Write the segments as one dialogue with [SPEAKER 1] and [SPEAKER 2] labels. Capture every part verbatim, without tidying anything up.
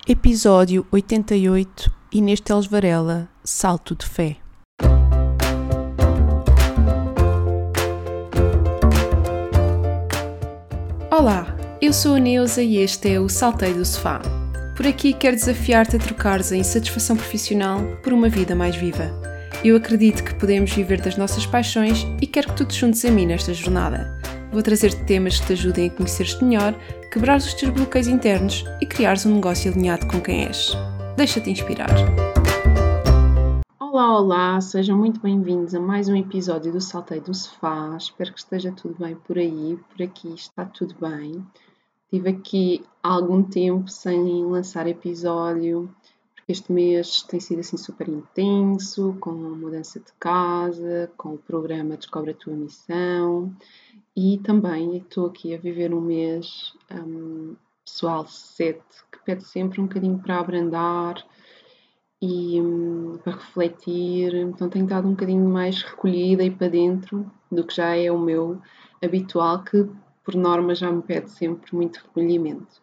[SPEAKER 1] Episódio oitenta e oito, Inês Teles Varela, Salto de Fé. Olá, eu sou a Neuza e este é o Saltei do Sofá. Por aqui quero desafiar-te a trocares a insatisfação profissional por uma vida mais viva. Eu acredito que podemos viver das nossas paixões e quero que tu te juntes a mim nesta jornada. Vou trazer-te temas que te ajudem a conhecer-te melhor, quebrares os teus bloqueios internos e criares um negócio alinhado com quem és. Deixa-te inspirar.
[SPEAKER 2] Olá, olá, sejam muito bem-vindos a mais um episódio do Saltei do Sofá. Espero que esteja tudo bem por aí, por aqui está tudo bem. Tive aqui algum tempo sem lançar episódio, porque este mês tem sido assim super intenso, com a mudança de casa, com o programa Descobre a Tua Missão. E também estou aqui a viver um mês um, pessoal sete, que pede sempre um bocadinho para abrandar e um, para refletir. Então tenho estado um bocadinho mais recolhida e para dentro do que já é o meu habitual, que por norma já me pede sempre muito recolhimento.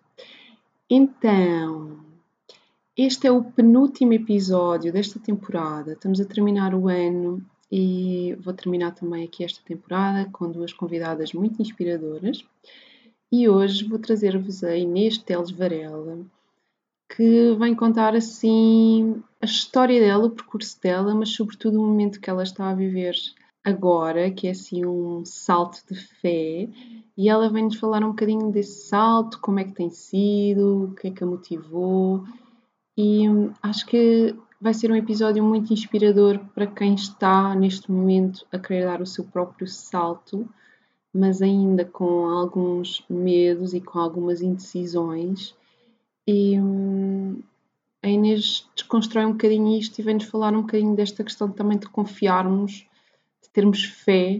[SPEAKER 2] Então, este é o penúltimo episódio desta temporada. Estamos a terminar o ano. E vou terminar também aqui esta temporada com duas convidadas muito inspiradoras. E hoje vou trazer-vos a Inês Teles Varela, que vem contar assim a história dela, o percurso dela, mas sobretudo o momento que ela está a viver agora, que é assim um salto de fé. E ela vem-nos falar um bocadinho desse salto, como é que tem sido, o que é que a motivou. E acho que vai ser um episódio muito inspirador para quem está neste momento a querer dar o seu próprio salto, mas ainda com alguns medos e com algumas indecisões. E hum, a Inês desconstrói um bocadinho isto e vem-nos falar um bocadinho desta questão também de confiarmos, de termos fé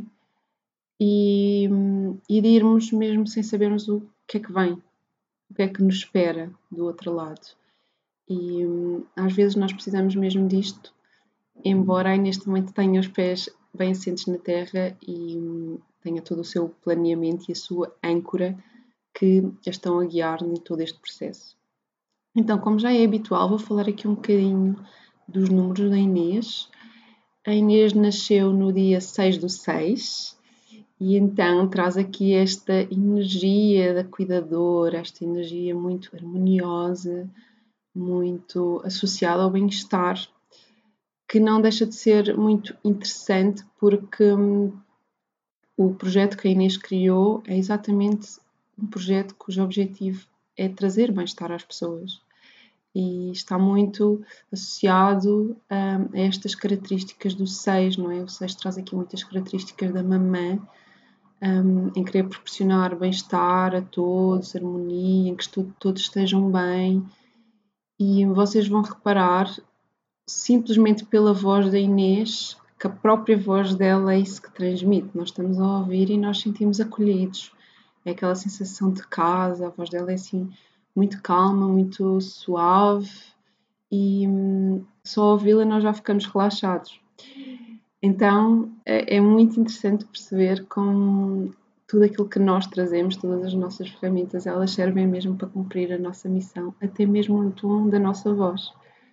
[SPEAKER 2] e, hum, e de irmos mesmo sem sabermos o que é que vem, o que é que nos espera do outro lado. E hum, às vezes nós precisamos mesmo disto, embora a Inês também tenha os pés bem assentes na terra e hum, tenha todo o seu planeamento e a sua âncora que a estão a guiar em todo este processo. Então, como já é habitual, vou falar aqui um bocadinho dos números da Inês. A Inês nasceu no dia seis do seis e então traz aqui esta energia da cuidadora, esta energia muito harmoniosa, muito associada ao bem-estar, que não deixa de ser muito interessante porque hum, o projeto que a Inês criou é exatamente um projeto cujo objetivo é trazer bem-estar às pessoas e está muito associado hum, a estas características do seis, não é? O seis traz aqui muitas características da mamã, hum, em querer proporcionar bem-estar a todos, harmonia, em que todos estejam bem. E vocês vão reparar, simplesmente pela voz da Inês, que a própria voz dela é isso que transmite. Nós estamos a ouvir e nós sentimos acolhidos. É aquela sensação de casa, a voz dela é assim muito calma, muito suave e hum, só ouvi-la nós já ficamos relaxados. Então é, é muito interessante perceber como tudo aquilo que nós trazemos, todas as nossas ferramentas, elas servem mesmo para cumprir a nossa missão, até mesmo no tom da nossa voz.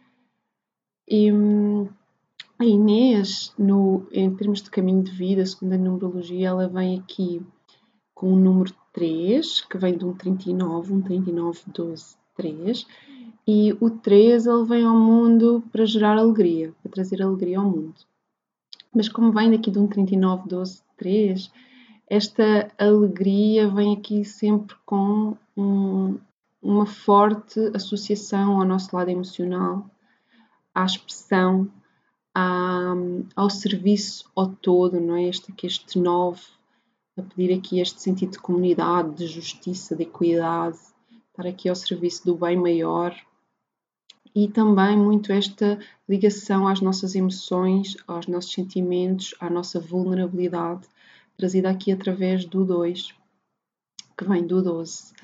[SPEAKER 2] E a Inês, no, em termos de caminho de vida, segundo a numerologia, ela vem aqui com o número três, que vem de um trinta e nove, um trinta e nove, doze, três, e o três ele vem ao mundo para gerar alegria, para trazer alegria ao mundo. Mas como vem daqui de um trinta e nove, doze, três, esta alegria vem aqui sempre com um, uma forte associação ao nosso lado emocional, à expressão, à, ao serviço ao todo, não é? Este aqui, este nove, a pedir aqui este sentido de comunidade, de justiça, de equidade, estar aqui ao serviço do bem maior. E também muito esta ligação às nossas emoções, aos nossos sentimentos, à nossa vulnerabilidade, trazida aqui através do dois, que vem do doze.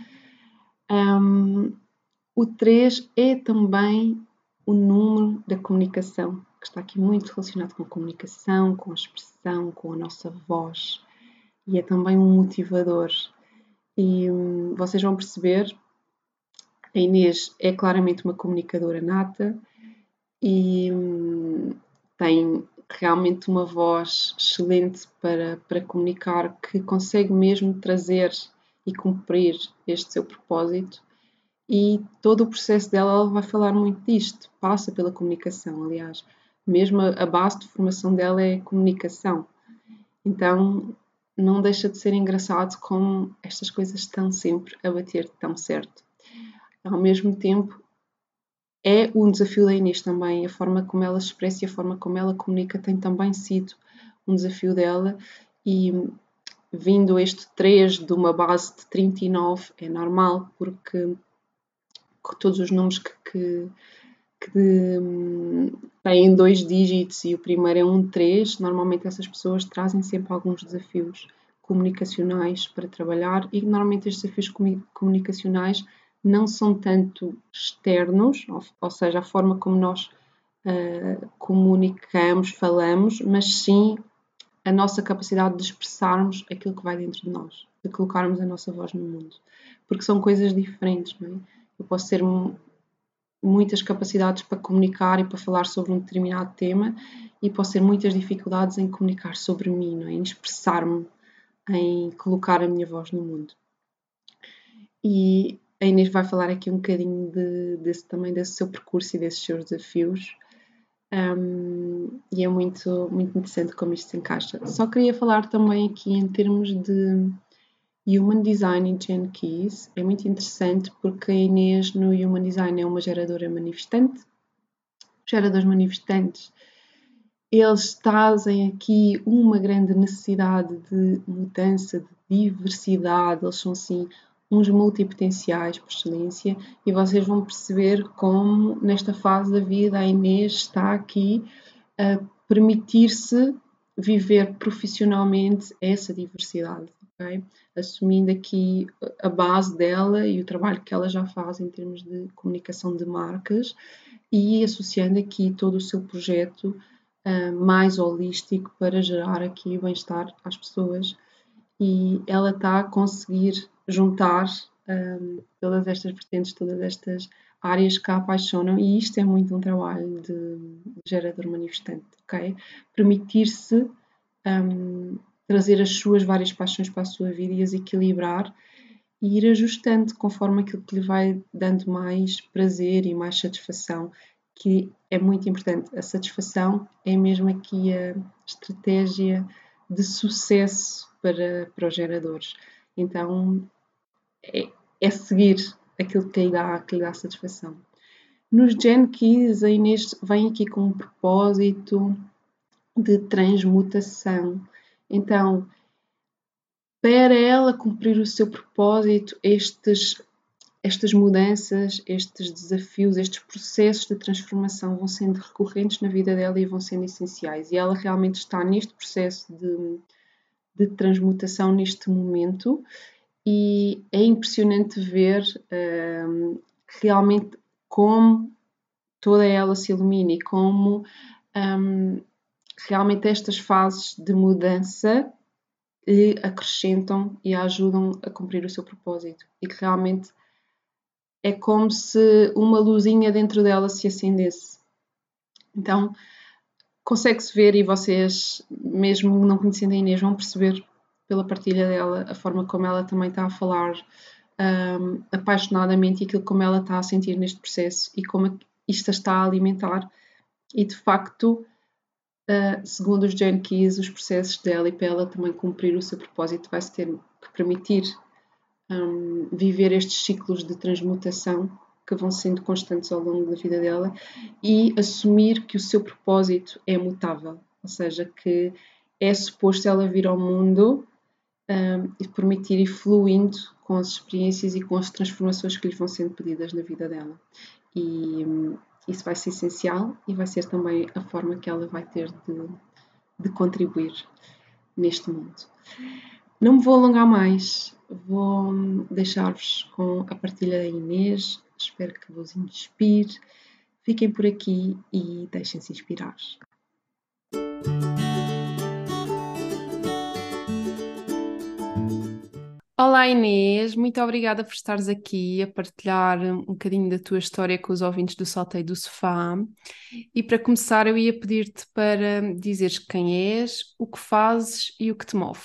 [SPEAKER 2] Um, o três é também o número da comunicação, que está aqui muito relacionado com a comunicação, com a expressão, com a nossa voz. E é também um motivador. E hum, vocês vão perceber A Inês é claramente uma comunicadora nata e hum, tem realmente uma voz excelente para, para comunicar, que consegue mesmo trazer e cumprir este seu propósito. E todo o processo dela, ela vai falar muito disto, passa pela comunicação, aliás. Mesmo a base de formação dela é comunicação. Então, não deixa de ser engraçado como estas coisas estão sempre a bater tão certo. Ao mesmo tempo, é um desafio da Inês também. A forma como ela se expressa e a forma como ela comunica tem também sido um desafio dela. E vindo este três de uma base de trinta e nove, é normal, porque todos os números que, que, que hum, têm dois dígitos e o primeiro é um três, normalmente essas pessoas trazem sempre alguns desafios comunicacionais para trabalhar, e normalmente estes desafios comunicacionais não são tanto externos, ou, ou seja, a forma como nós uh, comunicamos, falamos, mas sim a nossa capacidade de expressarmos aquilo que vai dentro de nós, de colocarmos a nossa voz no mundo, porque são coisas diferentes, não é? Eu posso ter muitas capacidades para comunicar e para falar sobre um determinado tema, e posso ter muitas dificuldades em comunicar sobre mim, não é? Em expressar-me, em colocar a minha voz no mundo. E a Inês vai falar aqui um bocadinho de, desse, também desse seu percurso e desses seus desafios. Um, e é muito, muito interessante como isto se encaixa. Só queria falar também aqui em termos de Human Design e Gene Keys. É muito interessante porque a Inês no Human Design é uma geradora manifestante. Os geradores manifestantes, eles trazem aqui uma grande necessidade de mudança, de diversidade. Eles são assim uns multipotenciais por excelência, e vocês vão perceber como nesta fase da vida a Inês está aqui a permitir-se viver profissionalmente essa diversidade, okay? Assumindo aqui a base dela e o trabalho que ela já faz em termos de comunicação de marcas, e associando aqui todo o seu projeto uh, mais holístico para gerar aqui bem-estar às pessoas. E ela está a conseguir juntar um, todas estas vertentes, todas estas áreas que a apaixonam, e isto é muito um trabalho de, de gerador manifestante, ok? Permitir-se um, trazer as suas várias paixões para a sua vida e as equilibrar e ir ajustando conforme aquilo que lhe vai dando mais prazer e mais satisfação, que é muito importante. A satisfação é mesmo aqui a estratégia de sucesso para, para os geradores. Então, é, é seguir aquilo que lhe dá, que lhe dá satisfação. Nos Gene Keys, a Inês vem aqui com um propósito de transmutação. Então, para ela cumprir o seu propósito, estes, estas mudanças, estes desafios, estes processos de transformação vão sendo recorrentes na vida dela e vão sendo essenciais. E ela realmente está neste processo de, de transmutação neste momento, e é impressionante ver um, realmente como toda ela se ilumina e como um, realmente estas fases de mudança lhe acrescentam e a ajudam a cumprir o seu propósito, e que realmente é como se uma luzinha dentro dela se acendesse. Então, consegue-se ver, e vocês, mesmo não conhecendo a Inês, vão perceber pela partilha dela a forma como ela também está a falar um, apaixonadamente, e aquilo como ela está a sentir neste processo e como isto a está a alimentar. E de facto, uh, segundo os Gene Keys, os processos dela, e para ela também cumprir o seu propósito, vai-se ter que permitir um, viver estes ciclos de transmutação que vão sendo constantes ao longo da vida dela, e assumir que o seu propósito é mutável, ou seja, que é suposto ela vir ao mundo um, e permitir ir fluindo com as experiências e com as transformações que lhe vão sendo pedidas na vida dela. E um, isso vai ser essencial, e vai ser também a forma que ela vai ter de, de contribuir neste mundo. Não me vou alongar mais, vou deixar-vos com a partilha da Inês. Espero que vos inspire. Fiquem por aqui e deixem-se inspirar.
[SPEAKER 1] Olá Inês, muito obrigada por estares aqui a partilhar um bocadinho da tua história com os ouvintes do Salteio do Sofá. E para começar, eu ia pedir-te para dizeres quem és, o que fazes e o que te move.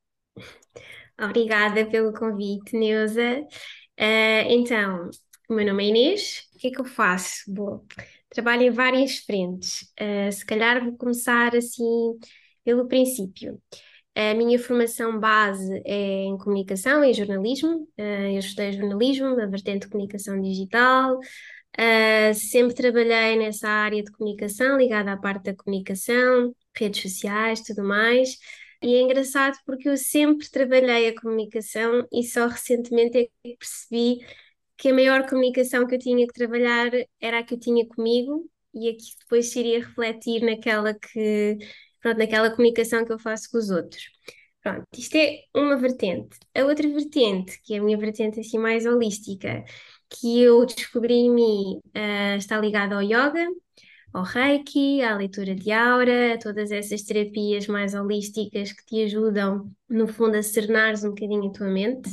[SPEAKER 3] Obrigada pelo convite, Neuza. Ah, então, o meu nome é Inês. O que é que eu faço? Bom, trabalho em várias frentes. Ah, se calhar vou começar assim pelo princípio. A minha formação base é em comunicação e jornalismo. Ah, eu estudei jornalismo, na vertente de comunicação digital. Ah, sempre trabalhei nessa área de comunicação, ligada à parte da comunicação, redes sociais, tudo mais. E é engraçado porque eu sempre trabalhei a comunicação e só recentemente é que percebi que a maior comunicação que eu tinha que trabalhar era a que eu tinha comigo e a que depois se iria refletir naquela que, pronto, naquela comunicação que eu faço com os outros. Pronto, isto é uma vertente. A outra vertente, que é a minha vertente assim mais holística, que eu descobri em mim, ah, está ligada ao yoga, ao Reiki, à leitura de aura, a todas essas terapias mais holísticas que te ajudam, no fundo, a serenares um bocadinho a tua mente.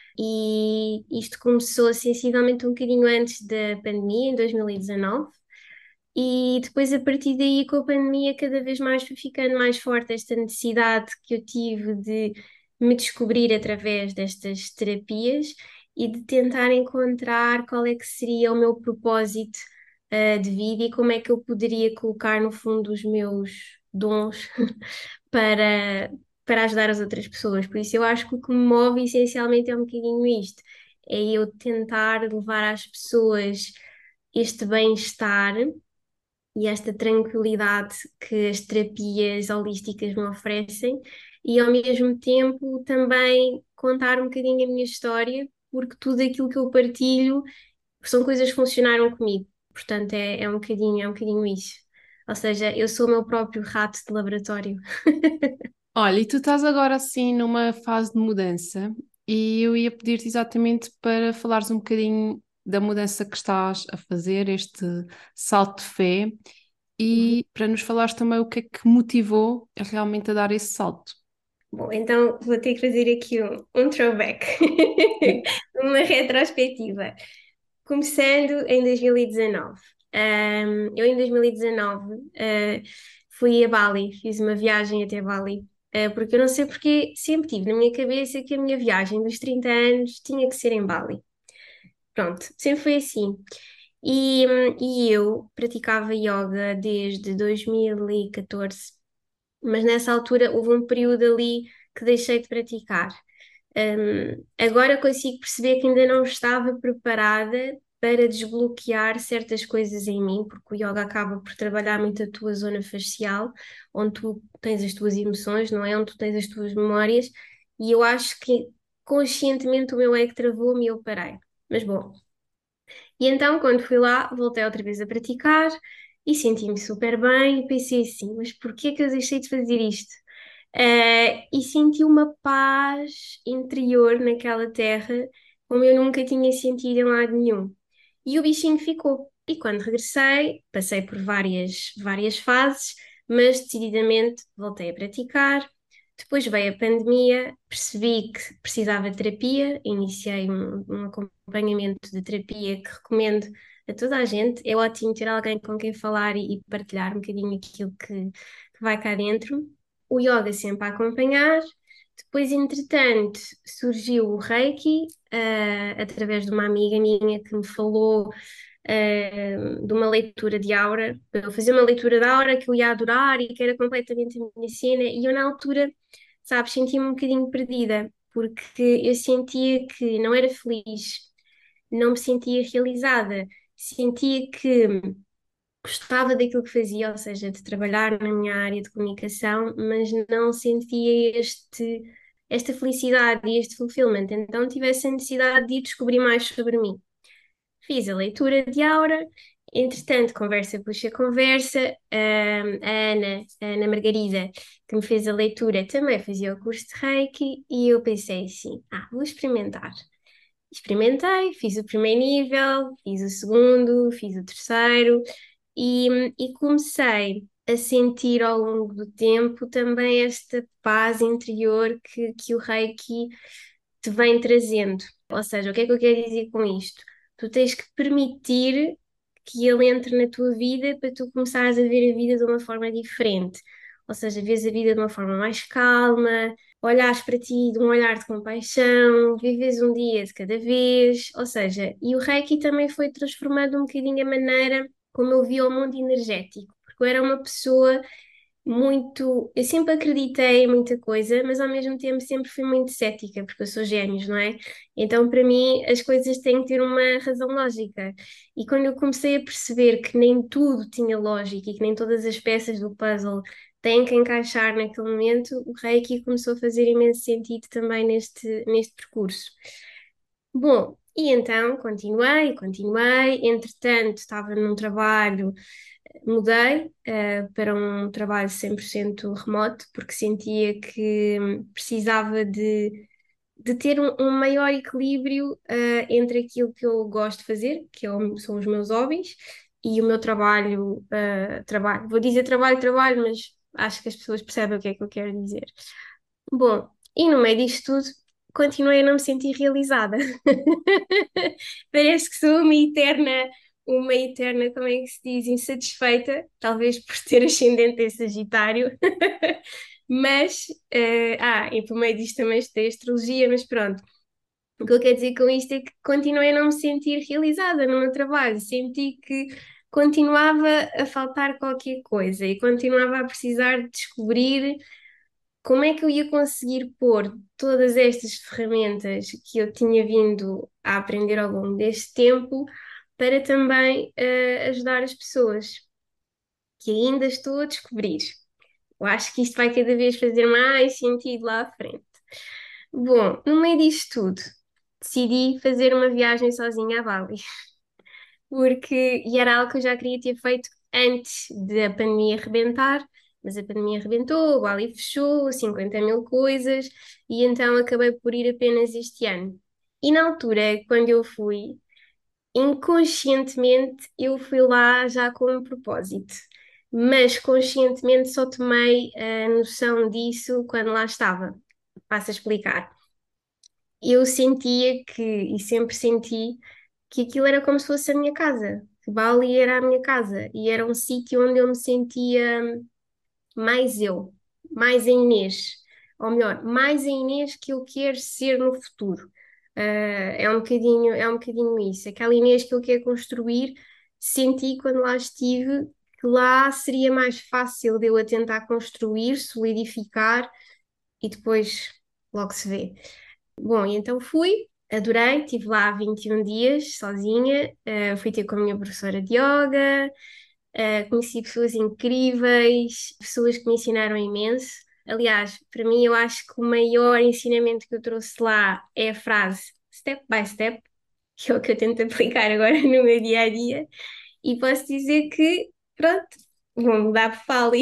[SPEAKER 3] E isto começou sensivelmente um bocadinho antes da pandemia, em dois mil e dezanove. E depois, a partir daí, com a pandemia, cada vez mais foi ficando mais forte esta necessidade que eu tive de me descobrir através destas terapias e de tentar encontrar qual é que seria o meu propósito, eh, de vida e como é que eu poderia colocar, no fundo, os meus dons para, para ajudar as outras pessoas. Por isso, eu acho que o que me move essencialmente é um bocadinho isto: é eu tentar levar às pessoas este bem-estar e esta tranquilidade que as terapias holísticas me oferecem, e ao mesmo tempo também contar um bocadinho a minha história, porque tudo aquilo que eu partilho são coisas que funcionaram comigo. Portanto, é, é um bocadinho, é um bocadinho isso. Ou seja, eu sou o meu próprio rato de laboratório.
[SPEAKER 1] Olha, e tu estás agora assim numa fase de mudança e eu ia pedir-te exatamente para falares um bocadinho da mudança que estás a fazer, este salto de fé,
[SPEAKER 3] Uhum.
[SPEAKER 1] e para nos falares também o que é que motivou a realmente a dar esse salto.
[SPEAKER 3] Bom, então vou ter que fazer aqui um, um throwback, uma retrospectiva. Começando em dois mil e dezanove. Ahm, eu, em dois mil e dezanove, ah, fui a Bali, fiz uma viagem até Bali, ah, porque eu não sei porque sempre tive na minha cabeça que a minha viagem dos trinta anos tinha que ser em Bali. Pronto, sempre foi assim. E, hum, e eu praticava yoga desde dois mil e catorze, mas nessa altura houve um período ali que deixei de praticar. Um, agora consigo perceber que ainda não estava preparada para desbloquear certas coisas em mim, porque o yoga acaba por trabalhar muito a tua zona facial, onde tu tens as tuas emoções, não é? Onde tu tens as tuas memórias, e eu acho que conscientemente o meu ego travou-me e eu parei. Mas bom, e então quando fui lá, voltei outra vez a praticar e senti-me super bem e pensei assim, mas porquê que eu deixei de fazer isto? Eh, e senti uma paz interior naquela terra como eu nunca tinha sentido em lado nenhum. E o bichinho ficou. E quando regressei, passei por várias, várias fases, mas decididamente voltei a praticar. Depois veio a pandemia, percebi que precisava de terapia, iniciei um, um acompanhamento de terapia que recomendo a toda a gente. É ótimo ter alguém com quem falar e, e partilhar um bocadinho aquilo que, que vai cá dentro. O yoga sempre a acompanhar. Depois, entretanto, surgiu o Reiki, ah, através de uma amiga minha que me falou, ah, de uma leitura de aura. Eu fazia uma leitura de aura que eu ia adorar e que era completamente a minha cena, e eu, na altura, sabes, sentia-me um bocadinho perdida, porque eu sentia que não era feliz, não me sentia realizada, sentia que gostava daquilo que fazia, ou seja, de trabalhar na minha área de comunicação, mas não sentia este, esta felicidade e este fulfillment. Então tive essa necessidade de ir descobrir mais sobre mim. Fiz a leitura de aura, entretanto, conversa puxa conversa, hum, a Ana, a Ana Margarida, que me fez a leitura, também fazia o curso de Reiki, e eu pensei assim, ah, vou experimentar. Experimentei, fiz o primeiro nível, fiz o segundo, fiz o terceiro, e, e comecei a sentir ao longo do tempo também esta paz interior que, que o Reiki te vem trazendo. Ou seja, o que é que eu quero dizer com isto? Tu tens que permitir que ele entre na tua vida para tu começares a ver a vida de uma forma diferente. Ou seja, vês a vida de uma forma mais calma, olhares para ti de um olhar de compaixão, vives um dia de cada vez. Ou seja, e o Reiki também foi transformando um bocadinho a maneira como eu via o mundo energético, porque eu era uma pessoa muito. Eu sempre acreditei em muita coisa, mas ao mesmo tempo sempre fui muito cética, porque eu sou gêmeos, não é? Então, para mim, as coisas têm que ter uma razão lógica. E quando eu comecei a perceber que nem tudo tinha lógica e que nem todas as peças do puzzle têm que encaixar naquele momento, o Reiki começou a fazer imenso sentido também neste, neste percurso. Bom, e então continuei, continuei. Entretanto, estava num trabalho, mudei eh, para um trabalho cem por cento remoto, porque sentia que hum, precisava de, de ter um, um maior equilíbrio eh, entre aquilo que eu gosto de fazer, que é o- são os meus hobbies, e o meu trabalho, eh, trabalho. Vou dizer trabalho, trabalho, mas acho que as pessoas percebem o que é que eu quero dizer. Bom, e no meio disto tudo, continuei a não me sentir realizada. Parece que sou uma eterna, uma eterna, como é que se diz, insatisfeita, talvez por ter ascendente em Sagitário. Mas, eh, ah, e por meio disto também estudei astrologia, mas pronto. O que eu quero dizer com isto é que continuei a não me sentir realizada no meu trabalho. Senti que continuava a faltar qualquer coisa e continuava a precisar de descobrir como é que eu ia conseguir pôr todas estas ferramentas que eu tinha vindo a aprender ao longo deste tempo para também eh, ajudar as pessoas que ainda estou a descobrir. Eu acho que isto vai cada vez fazer mais sentido lá à frente. Bom, no meio disto tudo, decidi fazer uma viagem sozinha a Bali, porque e era algo que eu já queria ter feito antes da pandemia arrebentar, mas a pandemia arrebentou, o Bali fechou, cinquenta mil coisas, e então acabei por ir apenas este ano. E na altura, quando eu fui, inconscientemente eu fui lá já com um propósito, mas conscientemente só tomei a noção disso quando lá estava. Passo a explicar. Eu sentia que, e sempre senti, que aquilo era como se fosse a minha casa, que Bali era a minha casa e era um sítio onde eu me sentia mais eu, mais a Inês, ou melhor, mais a Inês que eu quero ser no futuro. Ah, é um bocadinho, é um bocadinho isso. Aquela Inês que eu quero construir, senti quando lá estive que lá seria mais fácil de eu a tentar construir, solidificar e depois logo se vê. Bom, e então fui, adorei, estive lá vinte e um dias sozinha, eh, fui ter com a minha professora de yoga, eh, conheci pessoas incríveis, pessoas que me ensinaram imenso. Aliás, para mim, eu acho que o maior ensinamento que eu trouxe lá é a frase step by step, que é o que eu tento aplicar agora no meu dia a dia, e posso dizer que, pronto, vou mudar para Fali.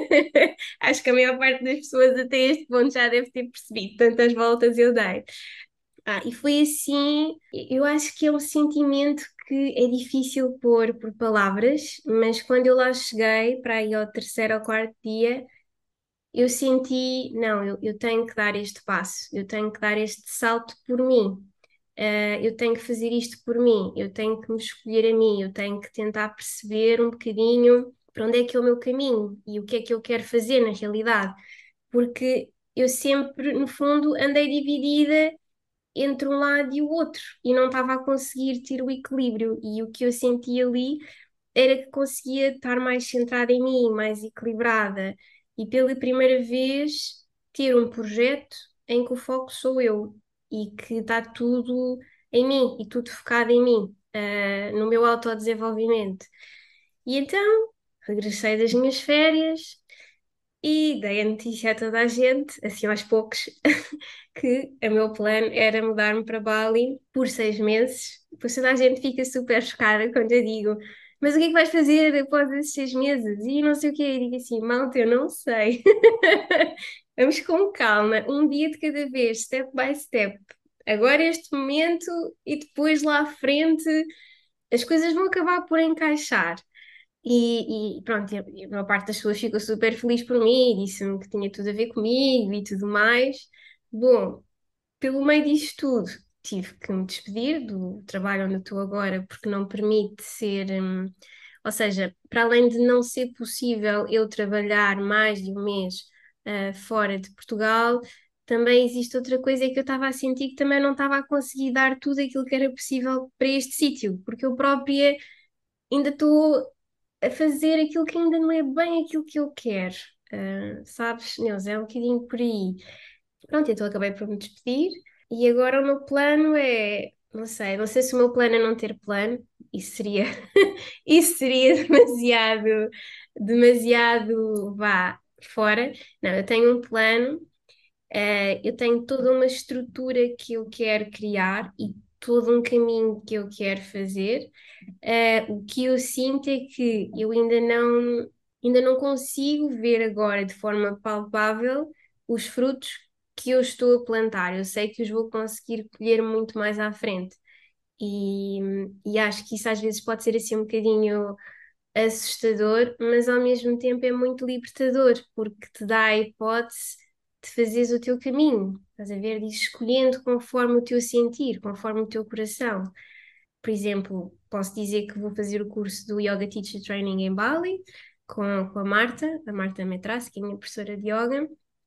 [SPEAKER 3] Acho que a maior parte das pessoas até este ponto já deve ter percebido, tantas voltas eu dei. Ah, e foi assim, eu acho que é um sentimento que é difícil pôr por palavras, mas quando eu lá cheguei, para aí ao terceiro ou quarto dia, eu senti, não, eu, eu tenho que dar este passo, eu tenho que dar este salto por mim. Ah, eu tenho que fazer isto por mim, eu tenho que me escolher a mim, eu tenho que tentar perceber um bocadinho para onde é que é o meu caminho e o que é que eu quero fazer na realidade, porque eu sempre, no fundo, andei dividida entre um lado e o outro e não estava a conseguir ter o equilíbrio. E o que eu senti ali era que conseguia estar mais centrada em mim, mais equilibrada e pela primeira vez ter um projeto em que o foco sou eu e que está tudo em mim e tudo focado em mim, ah, no meu autodesenvolvimento. E então regressei das minhas férias e dei a notícia a toda a gente, assim aos poucos, que o meu plano era mudar-me para Bali por seis meses. Depois toda a gente fica super chocada quando eu digo, mas o que é que vais fazer após esses seis meses? E não sei o quê. E digo assim, malta, eu não sei. Vamos com calma, um dia de cada vez, step by step. Agora este momento e depois lá à frente as coisas vão acabar por encaixar. E, e pronto, e a maior parte das pessoas ficou super feliz por mim, disse-me que tinha tudo a ver comigo e tudo mais. Bom, pelo meio disto tudo, tive que me despedir do trabalho onde eu estou agora, porque não permite ser, hum, ou seja, para além de não ser possível eu trabalhar mais de um mês, ah, fora de Portugal, também existe outra coisa é que eu estava a sentir que também não estava a conseguir dar tudo aquilo que era possível para este sítio, porque eu própria ainda estou a fazer aquilo que ainda não é bem aquilo que eu quero. Ah, sabes, Neuza, é um bocadinho por aí. Pronto, então acabei por me despedir e agora o meu plano é, não sei, não sei se o meu plano é não ter plano, isso seria, isso seria demasiado, demasiado, vá, fora. Não, eu tenho um plano, eh, eu tenho toda uma estrutura que eu quero criar e todo um caminho que eu quero fazer. Eh, o que eu sinto é que eu ainda não, ainda não consigo ver agora de forma palpável os frutos que eu estou a plantar. Eu sei que os vou conseguir colher muito mais à frente. E, e acho que isso às vezes pode ser assim um bocadinho assustador, mas ao mesmo tempo é muito libertador, porque te dá a hipótese de fazeres o teu caminho. Estás a ver? De ir escolhendo conforme o teu sentir, conforme o teu coração. Por exemplo, posso dizer que vou fazer o curso do Yoga Teacher Training em Bali com, com a Marta, a Marta Metrasse, que é a minha professora de yoga,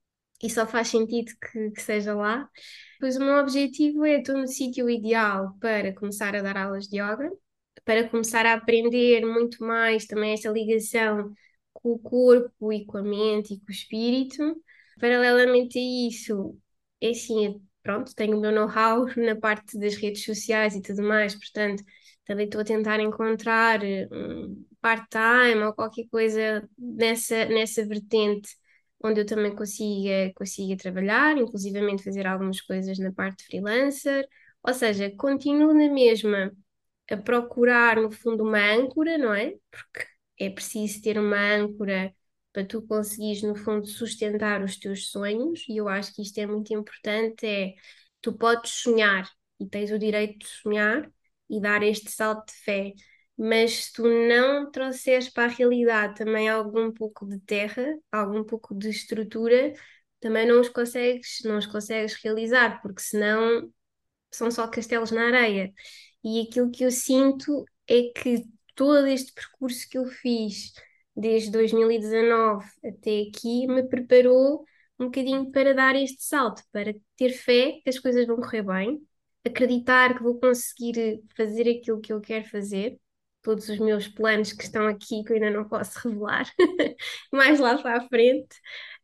[SPEAKER 3] e só faz sentido que, que seja lá. Pois o meu objetivo é estou no sítio ideal para começar a dar aulas de yoga, para começar a aprender muito mais também esta ligação com o corpo e com a mente e com o espírito. Paralelamente a isso, é assim, pronto, tenho o meu know-how na parte das redes sociais e tudo mais, portanto, também estou a tentar encontrar eh, um part-time ou qualquer coisa nessa, nessa vertente onde eu também consiga, consiga trabalhar, inclusivamente fazer algumas coisas na parte de freelancer, ou seja, continuo na mesma a procurar, no fundo, uma âncora, não é? Porque é preciso ter uma âncora para tu conseguires, no fundo, sustentar os teus sonhos, e eu acho que isto é muito importante, é tu podes sonhar e tens o direito de sonhar e dar este salto de fé, mas se tu não trouxeres para a realidade também algum pouco de terra, algum pouco de estrutura, também não os consegues, não os consegues realizar, porque senão são só castelos na areia. E aquilo que eu sinto é que todo este percurso que eu fiz desde dois mil e dezanove até aqui me preparou um bocadinho para dar este salto, para ter fé que as coisas vão correr bem, acreditar que vou conseguir fazer aquilo que eu quero fazer. Todos os meus planos que estão aqui, que eu ainda não posso revelar, mais lá para a frente,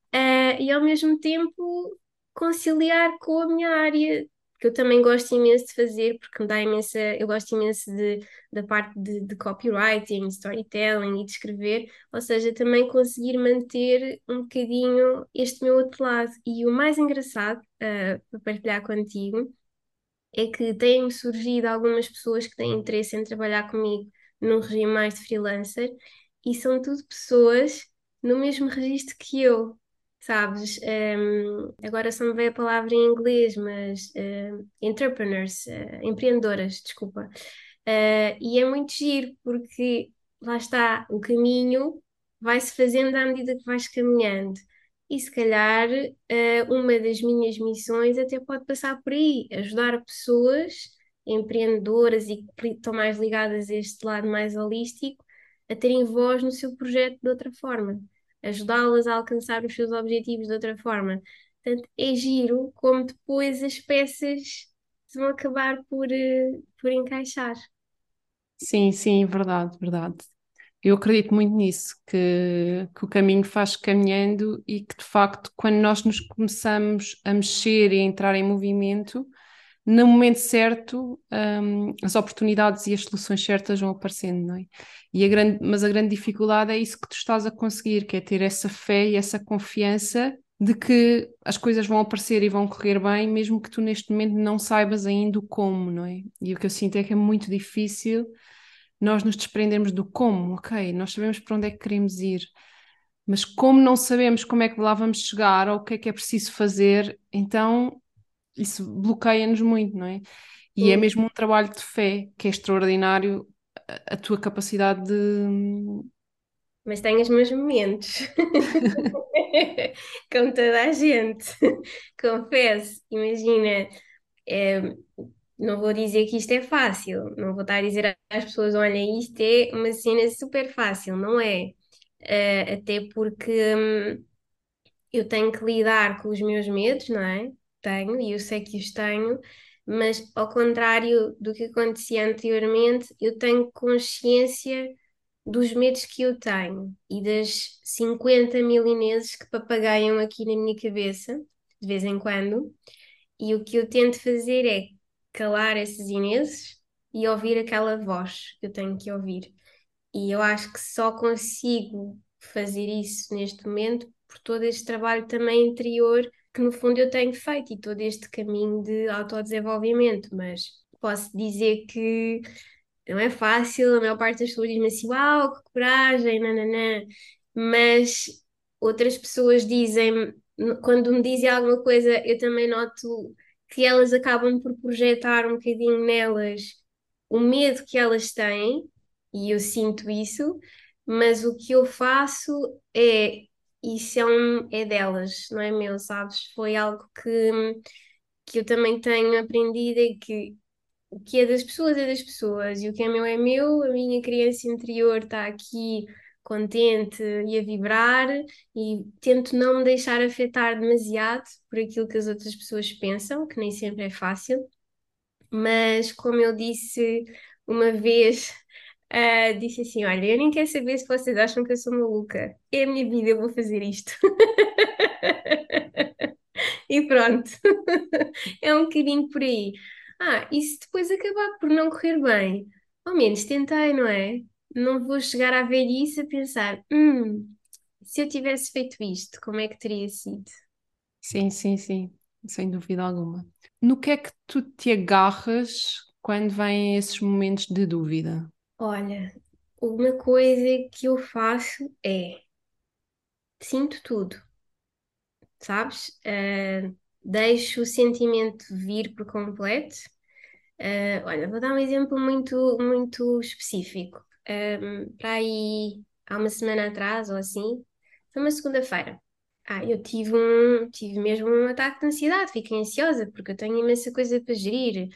[SPEAKER 3] eh, e ao mesmo tempo conciliar com a minha área, que eu também gosto imenso de fazer, porque me dá imensa, eu gosto imenso de, da parte de, de copywriting, storytelling e de escrever, ou seja, também conseguir manter um bocadinho este meu outro lado. E o mais engraçado, eh, para partilhar contigo, é que têm surgido algumas pessoas que têm interesse em trabalhar comigo num regime mais de freelancer e são tudo pessoas no mesmo registro que eu, sabes? Ehm, agora só me veio a palavra em inglês, mas ehm, entrepreneurs, eh, empreendedoras, desculpa. Eh, e é muito giro porque lá está, o caminho vai-se fazendo à medida que vais caminhando. E se calhar, eh, uma das minhas missões até pode passar por aí, ajudar pessoas empreendedoras e que estão mais ligadas a este lado mais holístico a terem voz no seu projeto de outra forma, ajudá-las a alcançar os seus objetivos de outra forma. Portanto, é giro como depois as peças vão acabar por, eh, por encaixar.
[SPEAKER 2] Sim, sim, verdade, verdade. Eu acredito muito nisso, que, que o caminho faz caminhando e que, de facto, quando nós nos começamos a mexer e a entrar em movimento, no momento certo, hum, as oportunidades e as soluções certas vão aparecendo, não é? E a grande, mas a grande dificuldade é isso que tu estás a conseguir, que é ter essa fé e essa confiança de que as coisas vão aparecer e vão correr bem, mesmo que tu neste momento não saibas ainda o como, não é? E o que eu sinto é que é muito difícil nós nos desprendermos do como, ok, nós sabemos para onde é que queremos ir, mas como não sabemos como é que lá vamos chegar ou o que é que é preciso fazer, então isso bloqueia-nos muito, não é? E é
[SPEAKER 3] Sim.
[SPEAKER 2] mesmo um trabalho de fé que é extraordinário a, a tua capacidade de,
[SPEAKER 3] mas tenho os meus momentos, como toda a gente, confesso. Imagina, eh, não vou dizer que isto é fácil, não vou estar a dizer às pessoas: olha, isto é uma cena super fácil, não é? Eh, até porque hum, eu tenho que lidar com os meus medos, não é? Tenho, e eu sei que os tenho, mas ao contrário do que acontecia anteriormente, eu tenho consciência dos medos que eu tenho e das cinquenta mil Ineses que papagaiam aqui na minha cabeça, de vez em quando, e o que eu tento fazer é calar esses Ineses e ouvir aquela voz que eu tenho que ouvir. E eu acho que só consigo fazer isso neste momento por todo este trabalho também interior que no fundo eu tenho feito e todo este caminho de autodesenvolvimento, mas posso dizer que não é fácil, a maior parte das pessoas diz-me assim: uau, que coragem, nananã, mas outras pessoas dizem, quando me dizem alguma coisa, eu também noto que elas acabam por projetar um bocadinho nelas o medo que elas têm, e eu sinto isso, mas o que eu faço é, isso é, um, é delas, não é meu, sabes? Foi algo que, que eu também tenho aprendido e que o que é das pessoas é das pessoas e o que é meu é meu. A minha criança interior está aqui contente e a vibrar e tento não me deixar afetar demasiado por aquilo que as outras pessoas pensam, que nem sempre é fácil, mas como eu disse uma vez, ah, disse assim: olha, eu nem quero saber se vocês acham que eu sou maluca, é a minha vida, eu vou fazer isto. E pronto, é um bocadinho por aí. Ah, e se depois acabar por não correr bem, ao menos tentei, não é? Não vou chegar à velhice a pensar: hum, se eu tivesse feito isto, como é que teria sido?
[SPEAKER 1] Sim, sim, sim, sem dúvida alguma. No que é que tu te agarras quando vêm esses momentos de dúvida?
[SPEAKER 3] Olha, uma coisa que eu faço é sinto tudo, sabes? Ah, deixo o sentimento vir por completo. Ah, olha, vou dar um exemplo muito, muito específico. Ahm, para aí, há uma semana atrás ou assim, foi uma segunda-feira. Ah, eu tive um, tive mesmo um ataque de ansiedade, fiquei ansiosa porque eu tenho imensa coisa para gerir.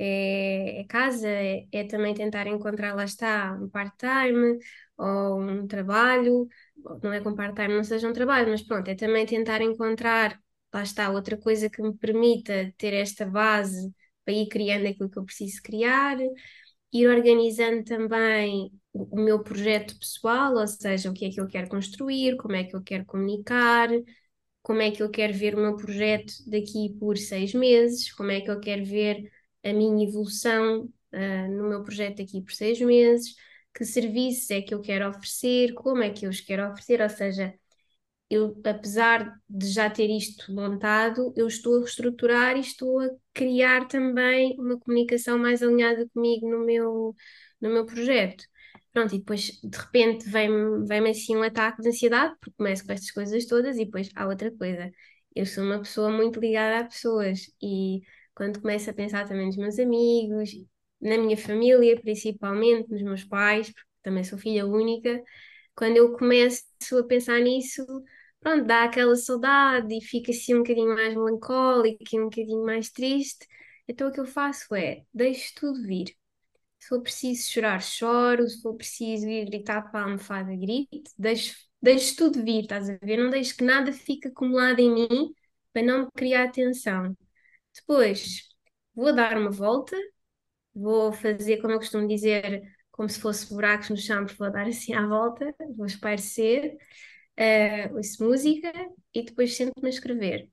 [SPEAKER 3] É, é casa, é, é também tentar encontrar, lá está, um part-time ou um trabalho. Não é que um part-time não seja um trabalho, mas pronto, é também tentar encontrar, lá está, outra coisa que me permita ter esta base para ir criando aquilo que eu preciso criar, ir organizando também o o meu projeto pessoal, ou seja, o que é que eu quero construir, como é que eu quero comunicar, como é que eu quero ver o meu projeto daqui por seis meses, como é que eu quero ver a minha evolução, ah, no meu projeto daqui por seis meses, que serviços é que eu quero oferecer, como é que eu os quero oferecer, ou seja, eu, apesar de já ter isto montado, eu estou a reestruturar e estou a criar também uma comunicação mais alinhada comigo no meu, no meu projeto. Pronto, e depois de repente vem-me vem assim um ataque de ansiedade, porque começo com estas coisas todas, e depois há outra coisa. Eu sou uma pessoa muito ligada a pessoas, e quando começo a pensar também nos meus amigos, na minha família, principalmente, nos meus pais, porque também sou filha única, quando eu começo a pensar nisso, pronto, dá aquela saudade e fica assim um bocadinho mais melancólico e um bocadinho mais triste. Então o que eu faço é, deixo tudo vir. Se for preciso chorar, choro. Se for preciso ir gritar para a almofada, grito. Deixo, deixo tudo vir, estás a ver? Não deixo que nada fique acumulado em mim para não me criar tensão. Depois, vou dar uma volta, vou fazer, como eu costumo dizer, como se fosse buracos no chão, vou dar assim à volta, vou espairecer, uh, ouço música e depois sento-me a escrever.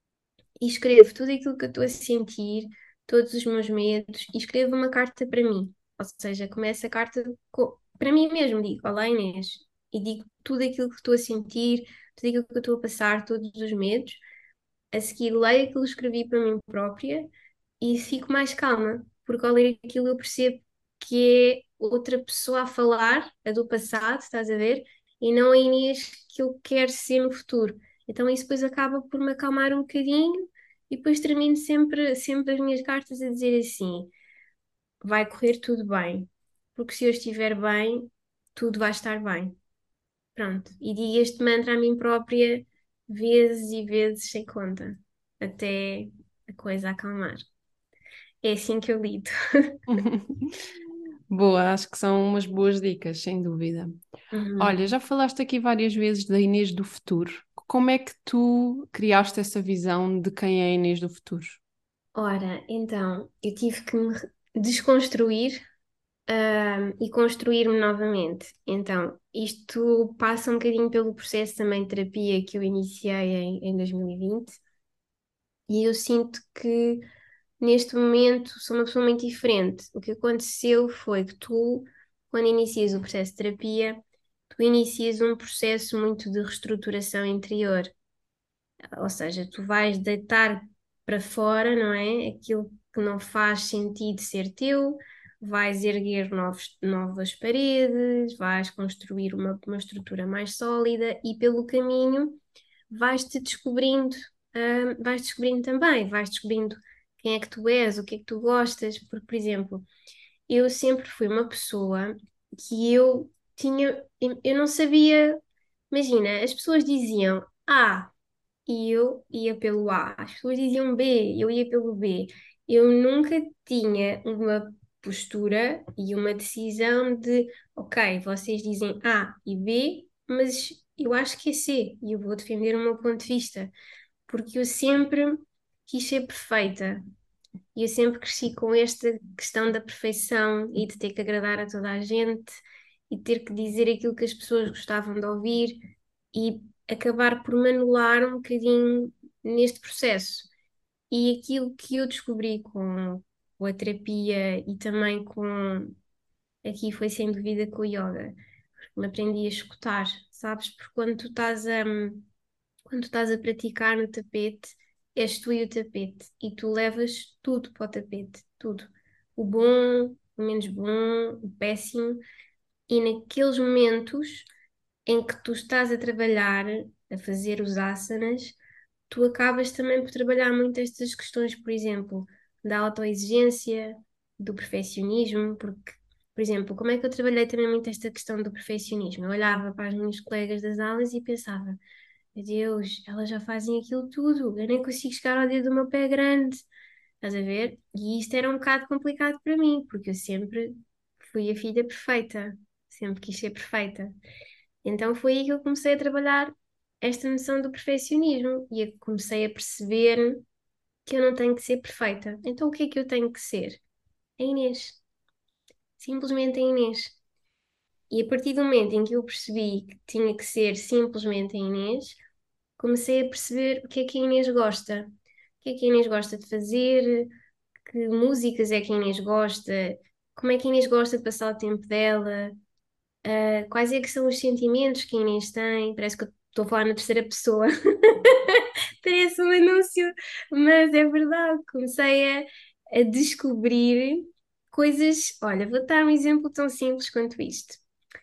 [SPEAKER 3] E escrevo tudo aquilo que eu estou a sentir, todos os meus medos, e escrevo uma carta para mim. Ou seja, começo a carta co- para mim mesmo, digo: olá Inês, e digo tudo aquilo que estou a sentir, tudo aquilo que eu estou a passar, todos os medos. A seguir, leio aquilo que escrevi para mim própria e fico mais calma, porque ao ler aquilo eu percebo que é outra pessoa a falar, a do passado, estás a ver? E não a Inês que eu quero ser no futuro. Então isso depois acaba por me acalmar um bocadinho e depois termino sempre, sempre as minhas cartas a dizer assim: vai correr tudo bem, porque se eu estiver bem, tudo vai estar bem. Pronto, e digo este mantra a mim própria vezes e vezes sem conta, até a coisa acalmar. É assim que eu lido.
[SPEAKER 1] Boa, acho que são umas boas dicas, sem dúvida.
[SPEAKER 3] Uhum.
[SPEAKER 1] Olha, já falaste aqui várias vezes da Inês do futuro. Como é que tu criaste essa visão de quem é a Inês do futuro?
[SPEAKER 3] Ora, então, eu tive que me re- desconstruir, ahm, e construir-me novamente. Então, isto passa um bocadinho pelo processo também de terapia que eu iniciei em, em dois mil e vinte, e eu sinto que neste momento sou uma pessoa muito diferente. O que aconteceu foi que tu, quando inicias o processo de terapia, tu inicias um processo muito de reestruturação interior. Ou seja, tu vais deitar para fora, não é? Aquilo que não faz sentido ser teu, vais erguer novos, novas paredes, vais construir uma, uma estrutura mais sólida e pelo caminho vais-te descobrindo, ah, vais descobrindo também, vais descobrindo quem é que tu és, o que é que tu gostas, porque, por exemplo, eu sempre fui uma pessoa que eu tinha, eu não sabia, imagina, as pessoas diziam, ah, e eu ia pelo A. As pessoas diziam B, eu ia pelo B. Eu nunca tinha uma postura e uma decisão de, ok, vocês dizem A e B, mas eu acho que é C e eu vou defender o meu ponto de vista, porque eu sempre quis ser perfeita. E eu sempre cresci com esta questão da perfeição e de ter que agradar a toda a gente e ter que dizer aquilo que as pessoas gostavam de ouvir e acabar por me anular um bocadinho neste processo. E aquilo que eu descobri com, com a terapia e também com, aqui foi sem dúvida com o yoga, porque me aprendi a escutar, sabes? Porque quando tu estás a quando estás a praticar no tapete, és tu e o tapete, e tu levas tudo para o tapete, tudo. O bom, o menos bom, o péssimo, e naqueles momentos em que tu estás a trabalhar, a fazer os asanas, tu acabas também por trabalhar muito estas questões, por exemplo, da autoexigência, do perfeccionismo, porque, por exemplo, como é que eu trabalhei também muito esta questão do perfeccionismo? Eu olhava para as minhas colegas das aulas e pensava, meu Deus, elas já fazem aquilo tudo, eu nem consigo chegar ao dedo do meu pé grande. Estás a ver? E isto era um bocado complicado para mim, porque eu sempre fui a filha perfeita, sempre quis ser perfeita. Então foi aí que eu comecei a trabalhar esta noção do perfeccionismo e eu comecei a perceber que eu não tenho que ser perfeita. Então o que é que eu tenho que ser? A Inês. Simplesmente a Inês. E a partir do momento em que eu percebi que tinha que ser simplesmente a Inês, comecei a perceber o que é que a Inês gosta. O que é que a Inês gosta de fazer, que músicas é que a Inês gosta, como é que a Inês gosta de passar o tempo dela, uh, quais é que são os sentimentos que a Inês tem. Parece que eu estou a falar na terceira pessoa. Parece um anúncio, mas é verdade. Comecei a, a descobrir coisas. Olha, vou dar um exemplo tão simples quanto isto.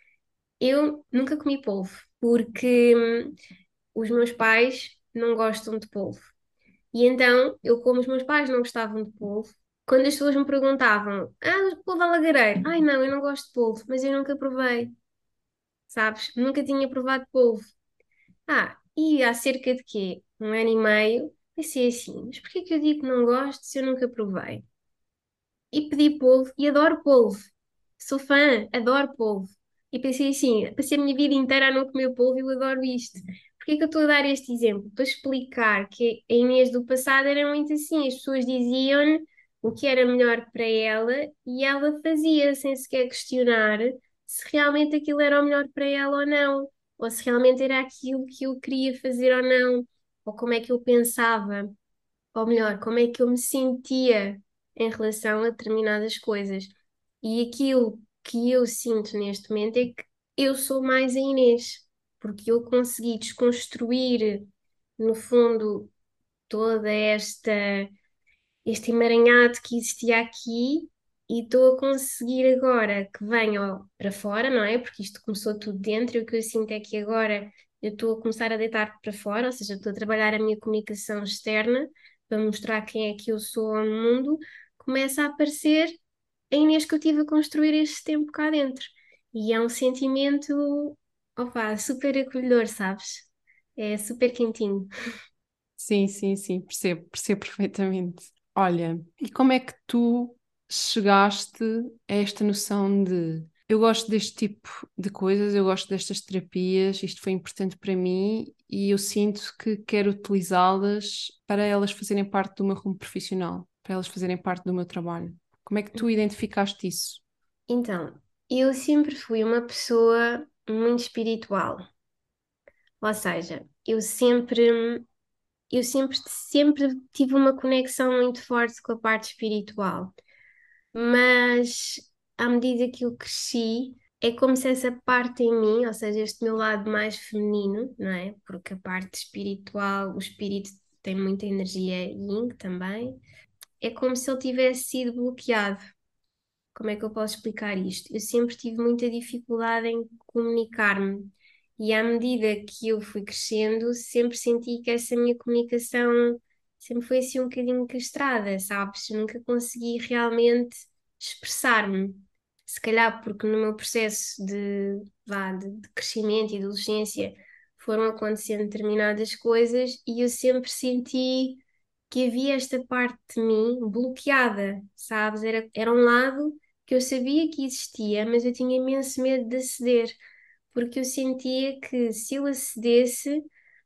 [SPEAKER 3] Eu nunca comi polvo, porque hum, os meus pais não gostam de polvo. E então, eu, como os meus pais não gostavam de polvo, quando as pessoas me perguntavam, ah, polvo à lagareira, ai não, eu não gosto de polvo, mas eu nunca provei, sabes? Nunca tinha provado polvo. Ah, e há cerca de quê? Um ano e meio, pensei assim, mas porquê que eu digo que não gosto se eu nunca provei? E pedi polvo e adoro polvo. Sou fã, adoro polvo. E pensei assim, passei a minha vida inteira a não comer polvo e eu adoro isto. Porquê que eu estou a dar este exemplo? Para explicar que a Inês do passado era muito assim, as pessoas diziam-lhe o que era melhor para ela e ela fazia sem sequer questionar se realmente aquilo era o melhor para ela ou não, ou se realmente era aquilo que eu queria fazer ou não, ou como é que eu pensava ou melhor, como é que eu me sentia em relação a determinadas coisas. E aquilo que eu sinto neste momento é que eu sou mais a Inês, porque eu consegui desconstruir, no fundo, toda esta este emaranhado que existia aqui e estou a conseguir agora que venha para fora, não é? Porque isto começou tudo dentro e o que eu sinto é que agora eu estou a começar a deitar para fora, ou seja, estou a trabalhar a minha comunicação externa para mostrar quem é que eu sou ao mundo, começa a aparecer a Inês que eu tive a construir este tempo cá dentro. E é um sentimento Opa, super acolhedor, sabes? É super quentinho.
[SPEAKER 1] Sim, sim, sim, percebo, percebo perfeitamente. Olha, e como é que tu chegaste a esta noção de eu gosto deste tipo de coisas, eu gosto destas terapias, isto foi importante para mim e eu sinto que quero utilizá-las para elas fazerem parte do meu rumo profissional, para elas fazerem parte do meu trabalho. Como é que tu identificaste isso?
[SPEAKER 3] Então, eu sempre fui uma pessoa muito espiritual. Ou seja, eu sempre, eu sempre, sempre tive uma conexão muito forte com a parte espiritual. Mas à medida que eu cresci, é como se essa parte em mim, ou seja, este meu lado mais feminino, não é? Porque a parte espiritual, o espírito tem muita energia yin também, é como se ele tivesse sido bloqueado. Como é que eu posso explicar isto? Eu sempre tive muita dificuldade em comunicar-me e à medida que eu fui crescendo, sempre senti que essa minha comunicação sempre foi assim um bocadinho castrada, sabes? Eu nunca consegui realmente expressar-me. Se calhar porque no meu processo de, vá, de, de crescimento e adolescência foram acontecendo determinadas coisas e eu sempre senti que havia esta parte de mim bloqueada, sabes? Era, era um lado que eu sabia que existia, mas eu tinha imenso medo de aceder, porque eu sentia que se eu acedesse,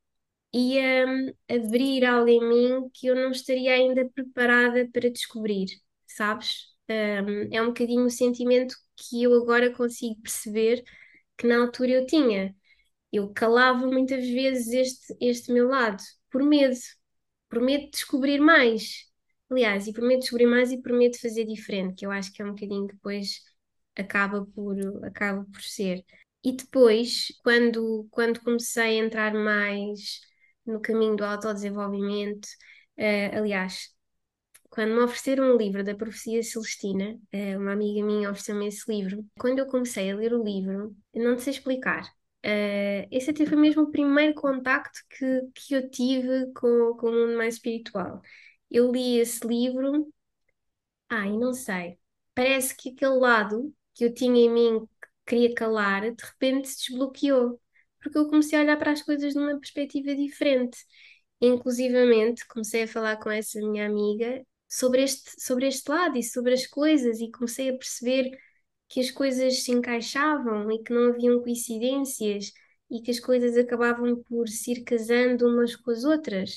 [SPEAKER 3] ia hum, abrir algo em mim que eu não estaria ainda preparada para descobrir, sabes? Hum, é um bocadinho o sentimento que eu agora consigo perceber que na altura eu tinha. Eu calava muitas vezes este, este meu lado, por medo, por medo de descobrir mais. Aliás, e por medo de descobrir mais e por medo de fazer diferente, que eu acho que é um bocadinho que depois acaba por, acaba por ser. E depois, quando, quando comecei a entrar mais no caminho do autodesenvolvimento, eh, aliás, quando me ofereceram um livro da Profecia Celestina, eh, uma amiga minha ofereceu-me esse livro. Quando eu comecei a ler o livro, eu não te sei explicar. Eh, esse até foi mesmo o primeiro contacto que, que eu tive com, com o mundo mais espiritual. Eu li esse livro, ai, não sei, parece que aquele lado que eu tinha em mim que queria calar, de repente se desbloqueou, porque eu comecei a olhar para as coisas de uma perspectiva diferente. Inclusivamente, comecei a falar com essa minha amiga sobre este, sobre este lado e sobre as coisas, e comecei a perceber que as coisas se encaixavam e que não haviam coincidências e que as coisas acabavam por se ir casando umas com as outras.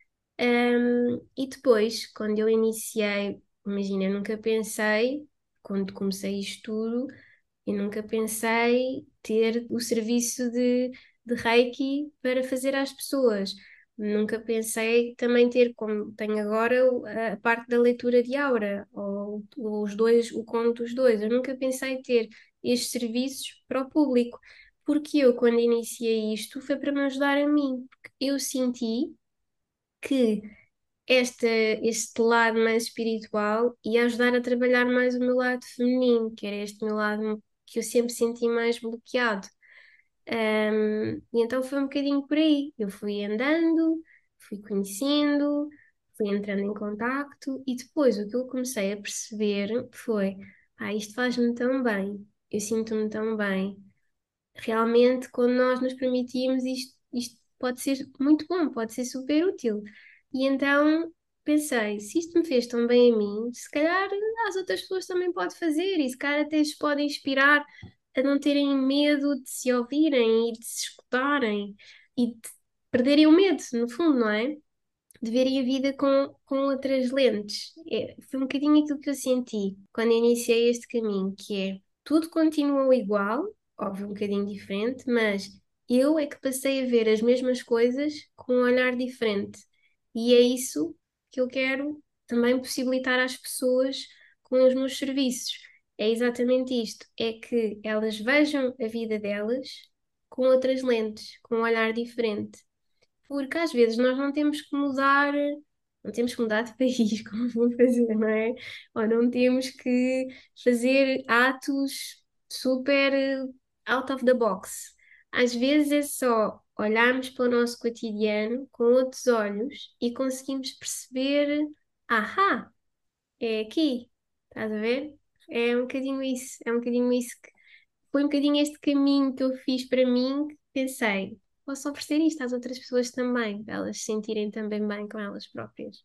[SPEAKER 3] Um, e depois, quando eu iniciei, imagina, eu nunca pensei, quando comecei isto tudo, eu nunca pensei ter o serviço de, de Reiki para fazer às pessoas. Nunca pensei também ter, como tenho agora, o- a a parte da leitura de aura, ou, ou os dois, o conto dos dois. Eu nunca pensei ter estes serviços para o público, porque eu, quando iniciei isto, foi para me ajudar a mim, porque eu senti que este, este lado mais espiritual e ajudar a trabalhar mais o meu lado feminino, que era este meu lado que eu sempre senti mais bloqueado. Um, e então foi um bocadinho por aí. Eu fui andando, fui conhecendo, fui entrando em contacto e depois o que eu comecei a perceber foi: ah, isto faz-me tão bem, eu sinto-me tão bem. Realmente, quando nós nos permitimos, isto, isto pode ser muito bom, pode ser super útil. E então pensei, se isto me fez tão bem a mim, se calhar as outras pessoas também podem fazer, e se calhar até se podem inspirar a não terem medo de se ouvirem e de se escutarem e de perderem o medo, no fundo, não é? De verem a vida com, com outras lentes. É, foi um bocadinho aquilo que eu senti quando iniciei este caminho, que é tudo continuou igual, óbvio, um bocadinho diferente, mas eu é que passei a ver as mesmas coisas com um olhar diferente. E é isso que eu quero também possibilitar às pessoas com os meus serviços. É exatamente isto, é que elas vejam a vida delas com outras lentes, com um olhar diferente. Porque às vezes nós não temos que mudar, não temos que mudar de país, como vou fazer, não é? Ou não temos que fazer atos super eh, out of the box. Às vezes é só olharmos para o nosso cotidiano com outros olhos e conseguimos perceber, ahá, é aqui, estás a ver? É um bocadinho isso, é um bocadinho isso que foi um bocadinho este caminho que eu fiz para mim, que pensei, posso oferecer isto às outras pessoas também, para elas se sentirem também bem com elas próprias.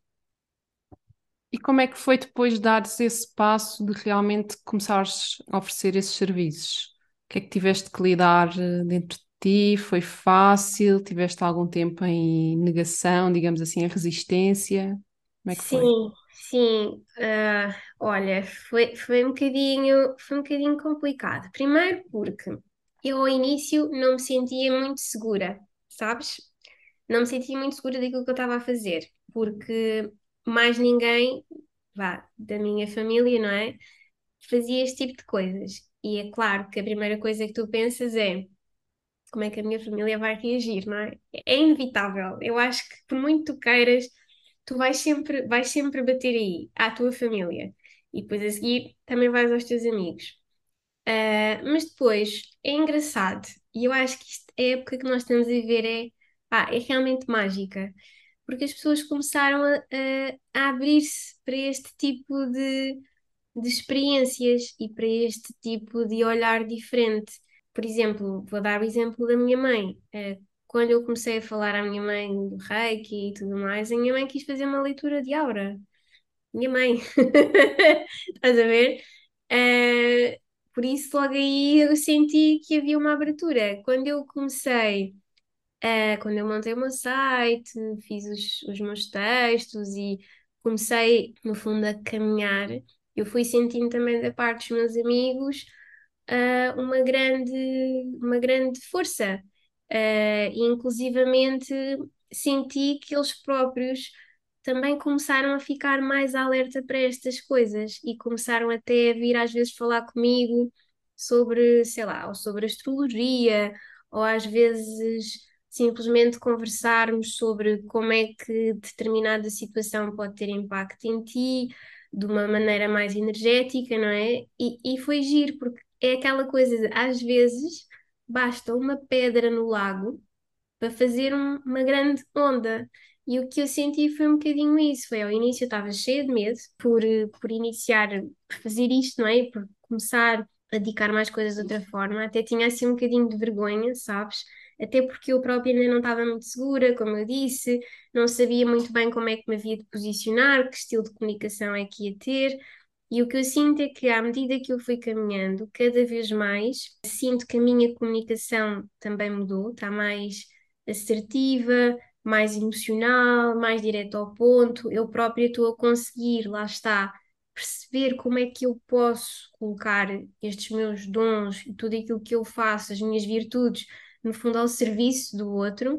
[SPEAKER 1] E como é que foi depois dares esse passo de realmente começares a oferecer esses serviços? O que é que tiveste que lidar eh, dentro de ti? Foi fácil? Tiveste algum tempo em negação, digamos assim, em resistência? Como é que foi?
[SPEAKER 3] Sim, sim. Ah, olha, foi, foi um bocadinho, foi um bocadinho complicado. Primeiro porque eu ao início não me sentia muito segura, sabes? Não me sentia muito segura daquilo que eu estava a fazer, porque mais ninguém, vá, da minha família, não é? Fazia este tipo de coisas. E é claro que a primeira coisa que tu pensas é como é que a minha família vai reagir, não é? É inevitável. Eu acho que por muito tu queiras, tu vais sempre, vais sempre bater aí, à tua família. E depois a seguir também vais aos teus amigos. Ah, mas depois é engraçado, e eu acho que isto, a época que nós estamos a viver é, pá, é realmente mágica, porque as pessoas começaram a, a- a abrir-se para este tipo de, de experiências e para este tipo de olhar diferente. Por exemplo, vou dar o exemplo da minha mãe. Eh, quando eu comecei a falar à minha mãe do Reiki e tudo mais, a minha mãe quis fazer uma leitura de aura. Minha mãe. Estás a ver? Eh, por isso, logo aí eu senti que havia uma abertura. Quando eu comecei, eh, quando eu montei o meu site, fiz os, os meus textos e comecei, no fundo, a caminhar, eu fui sentindo também da parte dos meus amigos ah, uma grande, uma grande força. Ah, e inclusivamente senti que eles próprios também começaram a ficar mais alerta para estas coisas e começaram até a vir às vezes falar comigo sobre, sei lá, ou sobre astrologia, ou às vezes simplesmente conversarmos sobre como é que determinada situação pode ter impacto em ti, de uma maneira mais energética, não é? E, e foi giro, porque é aquela coisa de, às vezes, basta uma pedra no lago para fazer um- uma grande onda. E o que eu senti foi um bocadinho isso. Foi ao início eu estava cheia de medo por, eh, por iniciar, por fazer isto, não é? Por começar a dedicar mais coisas de outra forma. Até tinha assim um bocadinho de vergonha, sabes? Até porque eu própria ainda não estava muito segura, como eu disse, não sabia muito bem como é que me havia de posicionar, que estilo de comunicação é que ia ter. E o que eu sinto é que, à medida que eu fui caminhando, cada vez mais, sinto que a minha comunicação também mudou, está mais assertiva, mais emocional, mais direto ao ponto. Eu própria estou a conseguir, lá está, perceber como é que eu posso colocar estes meus dons e tudo aquilo que eu faço, as minhas virtudes, no fundo, ao serviço do outro.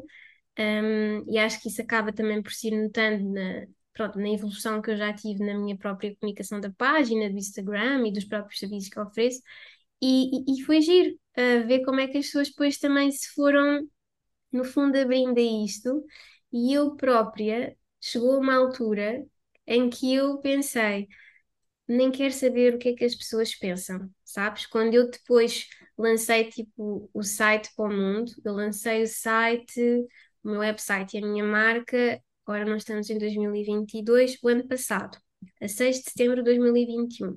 [SPEAKER 3] Um, e acho que isso acaba também por se ir notando na, pronto, na evolução que eu já tive na minha própria comunicação da página, do Instagram e dos próprios serviços que eu ofereço. E, e, e foi giro, uh, ver como é que as pessoas depois também se foram no fundo abrindo a isto, e eu própria chegou a uma altura em que eu pensei, nem quero saber o que é que as pessoas pensam, sabes? Quando eu depois lancei tipo o site para o mundo, eu lancei o site, o meu website e a minha marca, agora nós estamos em dois mil e vinte e dois, o ano passado, a seis de setembro de dois mil e vinte e um.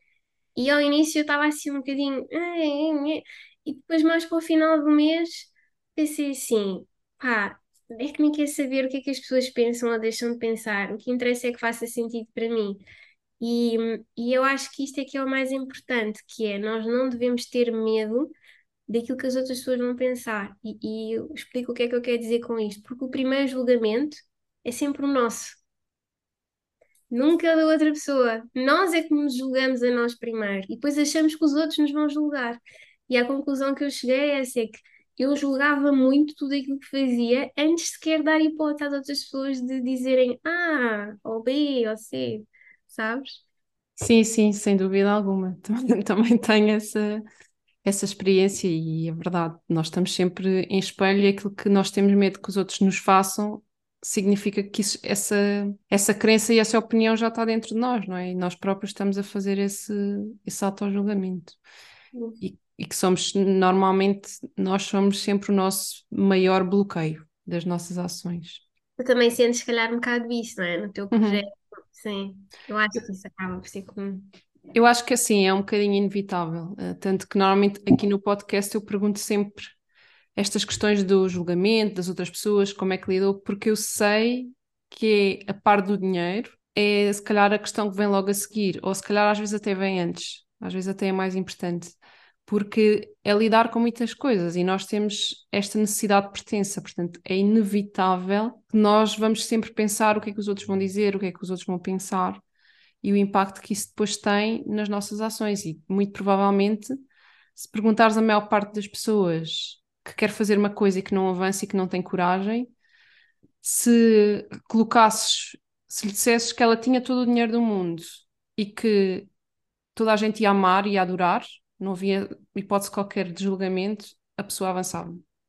[SPEAKER 3] E ao início eu estava assim um bocadinho. "Ai, ai, ai", e depois, mais para o final do mês, pensei assim: pá, é que nem quer saber o que é que as pessoas pensam ou deixam de pensar. O que interessa é que faça sentido para mim. E, e eu acho que isto é que é o mais importante, que é nós não devemos ter medo daquilo que as outras pessoas vão pensar. E, e eu explico o que é que eu quero dizer com isto. Porque o primeiro julgamento é sempre o nosso. Nunca é da outra pessoa. Nós é que nos julgamos a nós primeiro e depois achamos que os outros nos vão julgar. E a conclusão que eu cheguei é essa, é que eu julgava muito tudo aquilo que fazia antes sequer dar hipótese às outras pessoas de dizerem A, ou B, ou C, sabes?
[SPEAKER 1] Sim, sim, sem dúvida alguma. Também, também tenho essa, essa experiência e é verdade. Nós estamos sempre em espelho e aquilo que nós temos medo que os outros nos façam significa que isso- essa, essa crença e essa opinião já está dentro de nós, não é? E nós próprios estamos a fazer esse, esse auto-julgamento. E, e que somos, normalmente, nós somos sempre o nosso maior bloqueio das nossas ações.
[SPEAKER 3] Tu também sentes, se calhar, um bocado isso, não é? No teu projeto.
[SPEAKER 1] Uhum.
[SPEAKER 3] Sim, eu acho que isso acaba por ser comum.
[SPEAKER 1] Eu acho que assim é um bocadinho inevitável. eh, Tanto que normalmente aqui no podcast eu pergunto sempre estas questões do julgamento das outras pessoas, como é que lidou, porque eu sei que é a par do dinheiro, é se calhar a questão que vem logo a seguir, ou se calhar às vezes até vem antes, às vezes até é mais importante, porque é lidar com muitas coisas e nós temos esta necessidade de pertença, portanto é inevitável que nós vamos sempre pensar o que é que os outros vão dizer, o que é que os outros vão pensar e o impacto que isso depois tem nas nossas ações. E muito provavelmente, se perguntares a maior parte das pessoas que quer fazer uma coisa e que não avança e que não tem coragem, se colocasses, se lhe dissesses que ela tinha todo o dinheiro do mundo e que toda a gente ia amar e ia adorar, não havia hipótese qualquer de julgamento, a pessoa avançava.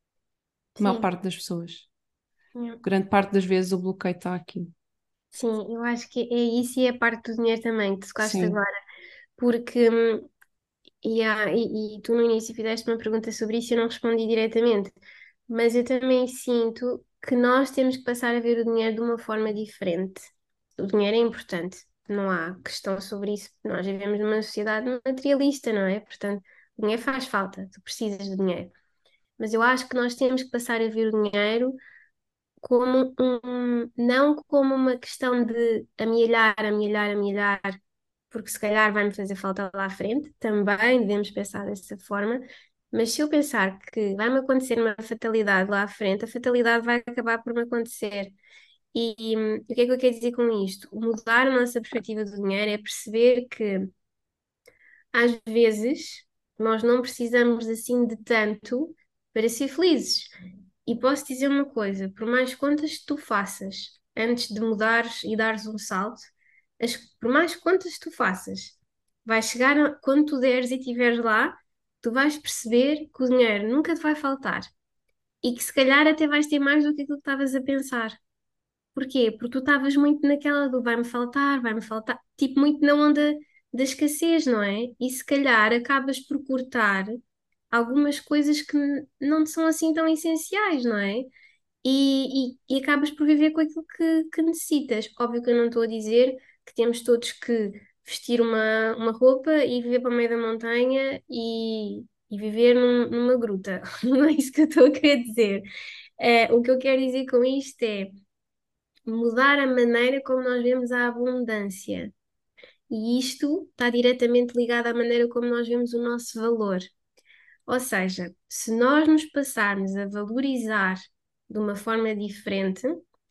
[SPEAKER 1] A maior
[SPEAKER 3] Sim,
[SPEAKER 1] parte das pessoas.
[SPEAKER 3] yeah.
[SPEAKER 1] Grande parte das vezes o bloqueio está aqui.
[SPEAKER 3] Sim, eu acho que é isso e é a parte do dinheiro também que tocaste
[SPEAKER 1] Sim,
[SPEAKER 3] agora, porque hum, e, há- e, e tu no início fizeste uma pergunta sobre isso e eu não respondi diretamente, mas eu também sinto que nós temos que passar a ver o dinheiro de uma forma diferente. O dinheiro é importante, não há questão sobre isso. Nós vivemos numa sociedade materialista, não é? Portanto, o dinheiro faz falta, tu precisas de dinheiro. Mas eu acho que nós temos que passar a ver o dinheiro como um, não como uma questão de amealhar, amealhar, amealhar, porque se calhar vai-me fazer falta lá à frente, também devemos pensar dessa forma, mas se eu pensar que vai-me acontecer uma fatalidade lá à frente, a fatalidade vai acabar por me acontecer. E, e, hum, o que é que eu quero dizer com isto? Mudar a nossa perspectiva do dinheiro é perceber que às vezes nós não precisamos assim de tanto para ser felizes. E posso dizer uma coisa: por mais contas que tu faças antes de mudares e dares um salto, as- por mais contas que tu faças, vai chegar a- quando tu deres e estiveres lá, tu vais perceber que o dinheiro nunca te vai faltar e que se calhar até vais ter mais do que aquilo que estavas a pensar. Porquê? Porque tu estavas muito naquela do vai-me faltar, vai-me faltar, tipo muito na onda da escassez, não é? E se calhar acabas por cortar algumas coisas que n- não te são assim tão essenciais, não é? E, e, e acabas por viver com aquilo que, que necessitas. Óbvio que eu não estou a dizer que temos todos que vestir uma, uma roupa e viver para o meio da montanha e, e viver num- numa gruta. Não é isso que eu estou a querer dizer. Eh, o que eu quero dizer com isto é mudar a maneira como nós vemos a abundância. E isto está diretamente ligado à maneira como nós vemos o nosso valor. Ou seja, se nós nos passarmos a valorizar de uma forma diferente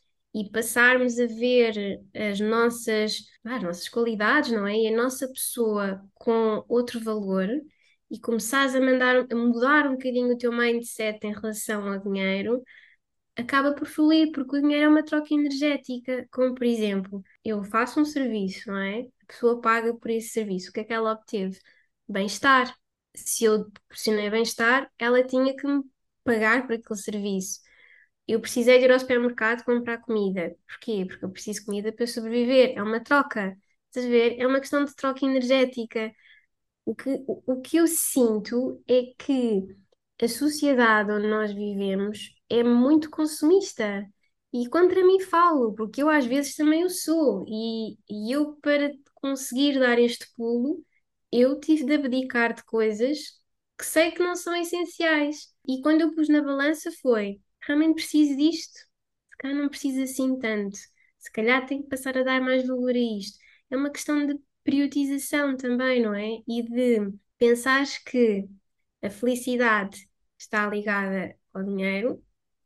[SPEAKER 3] e passarmos a ver as nossas, ah, as nossas qualidades, não é? E a nossa pessoa com outro valor e começares a mandar, a mudar um bocadinho o teu mindset em relação ao dinheiro, acaba por fluir, porque o dinheiro é uma troca energética. Como, por exemplo, eu faço um serviço, não é? A pessoa paga por esse serviço. O que é que ela obteve? Bem-estar. Se eu proporcionei bem-estar, ela tinha que me pagar por aquele serviço. Eu precisei de ir ao supermercado comprar comida. Porquê? Porque eu preciso de comida para sobreviver. É uma troca. Estás a ver? É uma questão de troca energética. O que, o, o que eu sinto é que a sociedade onde nós vivemos é muito consumista. E contra mim falo, porque eu às vezes também o sou. E, e eu, para conseguir dar este pulo, eu tive de abdicar de coisas que sei que não são essenciais. E quando eu pus na balança foi, realmente preciso disto? Se calhar não preciso assim tanto. Se calhar tenho que passar a dar mais valor a isto. É uma questão de priorização também, não é? E de pensares que a felicidade está ligada ao dinheiro,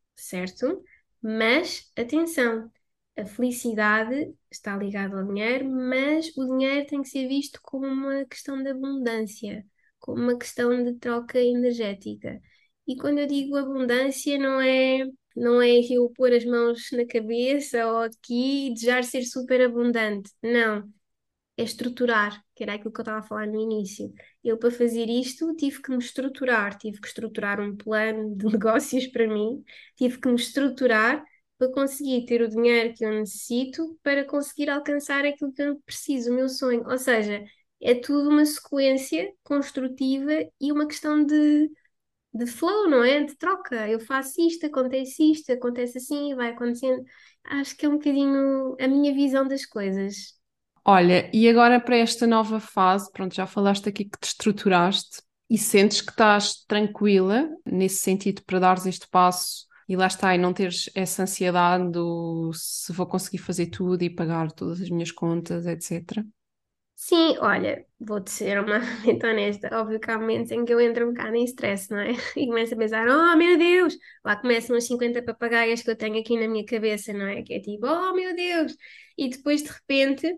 [SPEAKER 3] certo? Mas, atenção, a felicidade está ligada ao dinheiro, mas o dinheiro tem que ser visto como uma questão de abundância, como uma questão de troca energética. E quando eu digo abundância, não é, não é eu pôr as mãos na cabeça ou aqui e desejar ser super abundante. Não, é estruturar, que era aquilo que eu estava a falar no início. Eu, para fazer isto, tive que me estruturar, tive que estruturar um plano de negócios para mim, tive que me estruturar para conseguir ter o dinheiro que eu necessito para conseguir alcançar aquilo que eu preciso, o meu sonho. Ou seja, é tudo uma sequência construtiva e uma questão de, de flow, não é? De troca. Eu faço isto, acontece isto, acontece assim, vai acontecendo. Acho que é um bocadinho a minha visão das coisas.
[SPEAKER 1] Olha, e agora para esta nova fase, pronto, já falaste aqui que te estruturaste e sentes que estás tranquila nesse sentido para dares este passo e lá está, e não teres essa ansiedade do se vou conseguir fazer tudo e pagar todas as minhas contas, etcétera.
[SPEAKER 3] Sim, olha, vou-te ser uma muito honesta. Óbvio que há momentos em que eu entro um bocado em stress, não é? E começo a pensar, oh meu Deus! Lá começam as cinquenta papagaias que eu tenho aqui na minha cabeça, não é? Que é tipo, oh meu Deus! E depois de repente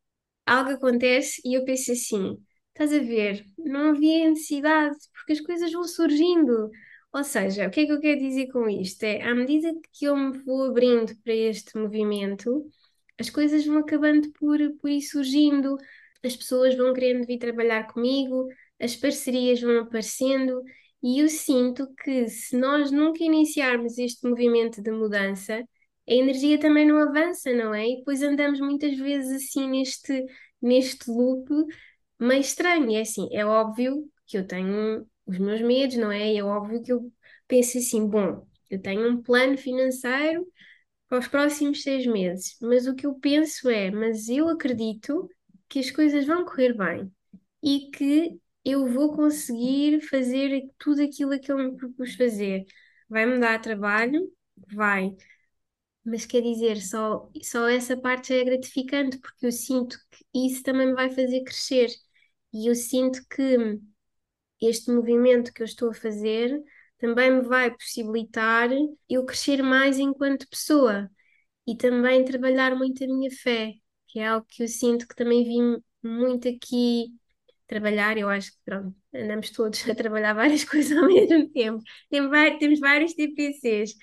[SPEAKER 3] algo acontece e eu penso assim: estás a ver? Não havia necessidade, porque as coisas vão surgindo. Ou seja, o que é que eu quero dizer com isto? É, à medida que eu me vou abrindo para este movimento, as coisas vão acabando por, por ir surgindo, as pessoas vão querendo vir trabalhar comigo, as parcerias vão aparecendo, e eu sinto que se nós nunca iniciarmos este movimento de mudança, a energia também não avança, não é? E depois andamos muitas vezes assim neste, neste loop meio estranho. É assim, é óbvio que eu tenho os meus medos, não é? É óbvio que eu penso assim, bom, eu tenho um plano financeiro para os próximos seis meses, mas o que eu penso é, mas eu acredito que as coisas vão correr bem e que eu vou conseguir fazer tudo aquilo que eu me propus fazer. Vai-me dar trabalho? Vai. Mas quer dizer, só, só essa parte já é gratificante, porque eu sinto que isso também me vai fazer crescer. E eu sinto que este movimento que eu estou a fazer também me vai possibilitar eu crescer mais enquanto pessoa e também trabalhar muito a minha fé, que é algo que eu sinto que também vim muito aqui trabalhar. Eu acho que pronto, andamos todos a trabalhar várias coisas ao mesmo tempo. Tem vai- temos vários T P Cs,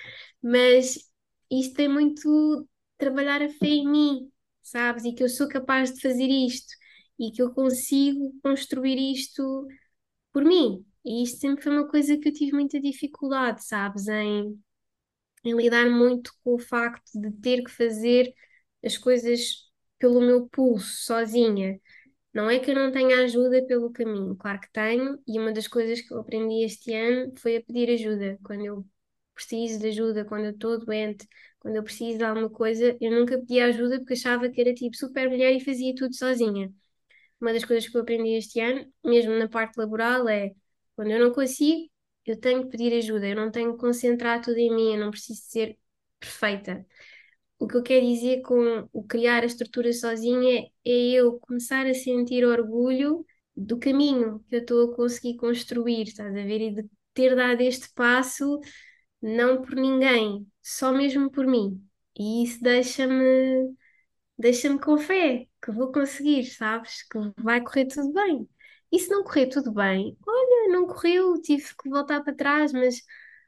[SPEAKER 3] mas isto é muito trabalhar a fé em mim, sabes? E que eu sou capaz de fazer isto e que eu consigo construir isto por mim. E isto sempre foi uma coisa que eu tive muita dificuldade, sabes? Em, em lidar muito com o facto de ter que fazer as coisas pelo meu pulso, sozinha. Não é que eu não tenha ajuda pelo caminho, claro que tenho, e uma das coisas que eu aprendi este ano foi a pedir ajuda. Quando eu preciso de ajuda, quando eu estou doente, quando eu preciso de alguma coisa, eu nunca pedia ajuda porque achava que era tipo super mulher e fazia tudo sozinha. Uma das coisas que eu aprendi este ano, mesmo na parte laboral, é quando eu não consigo, eu tenho que pedir ajuda, eu não tenho que concentrar tudo em mim, eu não preciso ser perfeita. O que eu quero dizer com o criar a estrutura sozinha é eu começar a sentir orgulho do caminho que eu estou a conseguir construir, estás a ver? E de ter dado este passo, não por ninguém, só mesmo por mim. E isso deixa-me deixa-me com fé que vou conseguir, sabes? Que vai correr tudo bem. E se não correr tudo bem, olha, não correu, tive que voltar para trás, mas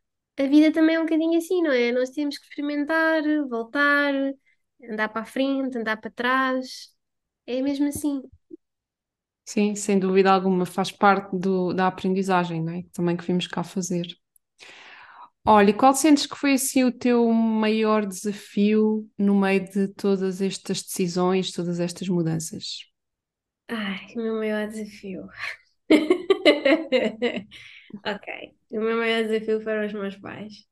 [SPEAKER 3] a vida também é um bocadinho assim, não é? Nós temos que experimentar, voltar, andar para a frente, andar para trás. É mesmo assim.
[SPEAKER 1] Sim, sem dúvida alguma, faz parte do, da aprendizagem, não é? Também que vimos cá fazer. Olha, e qual sentes que foi assim o teu maior desafio no meio de todas estas decisões, todas estas mudanças?
[SPEAKER 3] Ai, o meu maior desafio. Ok, o meu maior desafio foram os meus pais.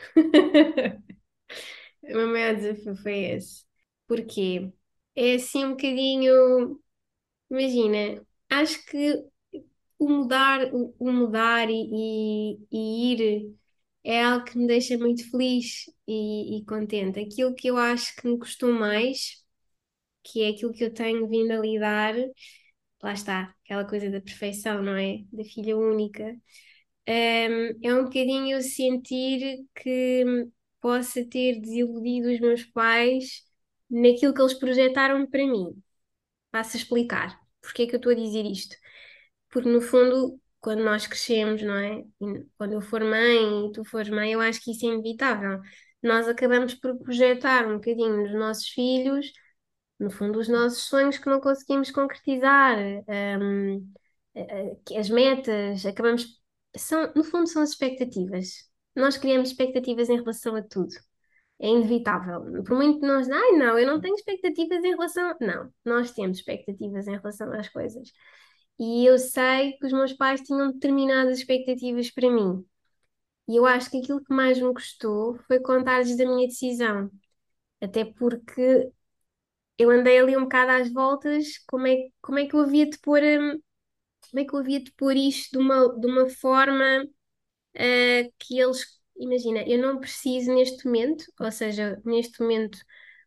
[SPEAKER 3] O meu maior desafio foi esse. Porquê? É assim um bocadinho. Imagina, acho que o mudar, o, o mudar e, e- e ir é algo que me deixa muito feliz e, e contente. Aquilo que eu acho que me custou mais, que é aquilo que eu tenho vindo a lidar, lá está, aquela coisa da perfeição, não é? Da filha única. Hum, é um bocadinho eu sentir que possa ter desiludido os meus pais naquilo que eles projetaram para mim. Passo a explicar. Porquê é que eu estou a dizer isto? Porque no fundo, quando nós crescemos, não é? E quando eu for mãe e tu fores mãe, eu acho que isso é inevitável. Nós acabamos por projetar um bocadinho nos nossos filhos, no fundo, os nossos sonhos que não conseguimos concretizar, hum, eh, eh, que as metas, acabamos. São, no fundo, são as expectativas. Nós criamos expectativas em relação a tudo. É inevitável. Por muito que nós, ai não, eu não tenho expectativas em relação. Não, nós temos expectativas em relação às coisas. E eu sei que os meus pais tinham determinadas expectativas para mim. E eu acho que aquilo que mais me custou foi contar-lhes da minha decisão. Até porque eu andei ali um bocado às voltas, como é, como é que eu havia de pôr, hum, como é que eu havia de pôr isto de uma, de uma forma eh, que eles, imagina, eu não preciso neste momento, ou seja, neste momento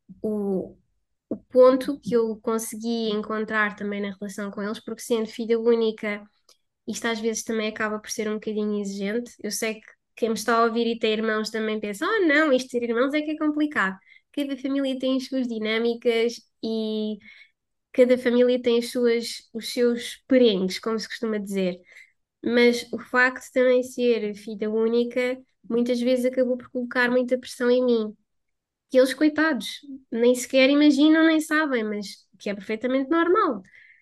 [SPEAKER 3] o, o ponto que eu consegui encontrar também na relação com eles, porque sendo filha única, isto às vezes também acaba por ser um bocadinho exigente. Eu sei que quem me está a ouvir e tem irmãos também pensa, oh não, isto ter irmãos é que é complicado. Cada família tem as suas dinâmicas e cada família tem as suas, os seus perengues, como se costuma dizer. Mas o facto de também ser filha única, muitas vezes acabou por colocar muita pressão em mim. Que eles, coitados, nem sequer imaginam nem sabem, mas que é perfeitamente normal.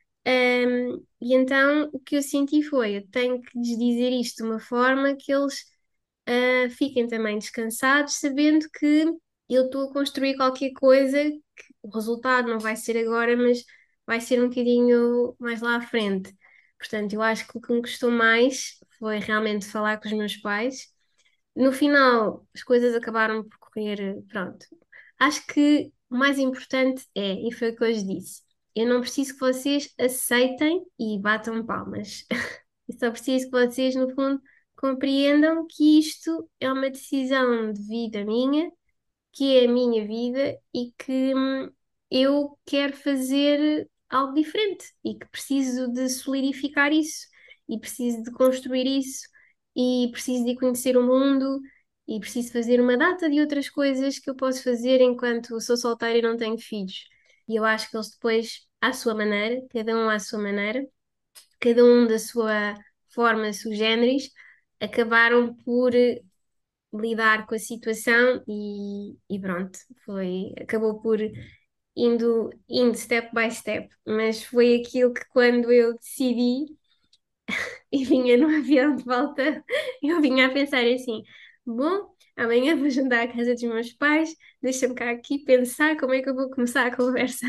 [SPEAKER 3] Um, e então o que eu senti foi: eu tenho que lhes dizer isto de uma forma que eles uh, fiquem também descansados, sabendo que eu estou a construir qualquer coisa, que o resultado não vai ser agora, mas vai ser um bocadinho mais lá à frente. Portanto, eu acho que o que me custou mais foi realmente falar com os meus pais. No final, as coisas acabaram por correr, pronto. Acho que o mais importante é, e foi o que eu lhes disse, eu não preciso que vocês aceitem e batam palmas. Eu só preciso que vocês, no fundo, compreendam que isto é uma decisão de vida minha, que é a minha vida e que hum, eu quero fazer algo diferente e que preciso de solidificar isso e preciso de construir isso e preciso de conhecer o mundo e preciso fazer uma data de outras coisas que eu posso fazer enquanto sou solteira e não tenho filhos. E eu acho que eles depois, à sua maneira, cada um à sua maneira, cada um da sua forma sui generis, acabaram por lidar com a situação e, e pronto, foi, acabou por indo, indo step by step, mas foi aquilo que quando eu decidi e vinha no avião de volta, eu vinha a pensar assim, bom, amanhã vou jantar à casa dos meus pais, deixa-me cá aqui pensar como é que eu vou começar a conversa.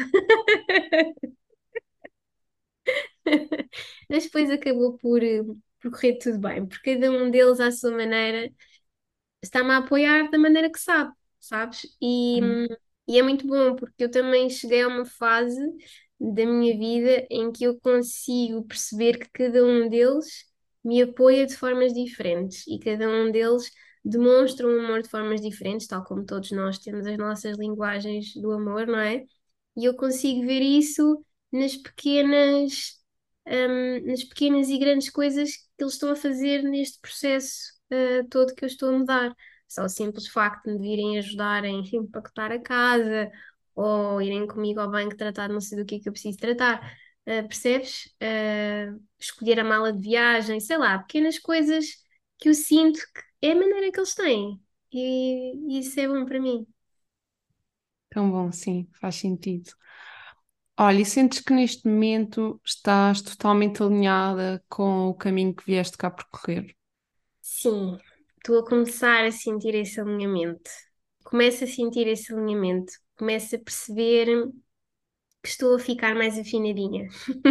[SPEAKER 3] Mas depois acabou por, eh, por correr tudo bem, porque cada um deles à sua maneira está-me a apoiar da maneira que sabe, sabes? E,
[SPEAKER 2] Uhum.
[SPEAKER 3] e é muito bom porque eu também cheguei a uma fase da minha vida em que eu consigo perceber que cada um deles me apoia de formas diferentes e cada um deles demonstra um amor de formas diferentes, tal como todos nós temos as nossas linguagens do amor, não é? E eu consigo ver isso nas pequenas, hum, nas pequenas e grandes coisas que eles estão a fazer neste processo, eh, todo que eu estou a mudar. Só o simples facto de me virem ajudar em empacotar a casa ou irem comigo ao banco tratar de não sei do que é que eu preciso tratar. Uh, percebes? Uh, escolher a mala de viagem, sei lá, pequenas coisas que eu sinto que é a maneira que eles têm. E, e isso é bom para mim.
[SPEAKER 2] Tão bom, sim, faz sentido. Olha, e sentes que neste momento estás totalmente alinhada com o caminho que vieste cá percorrer?
[SPEAKER 3] Sim, estou a começar a sentir esse alinhamento. Começo a sentir esse alinhamento. Começo a perceber que estou a ficar mais afinadinha.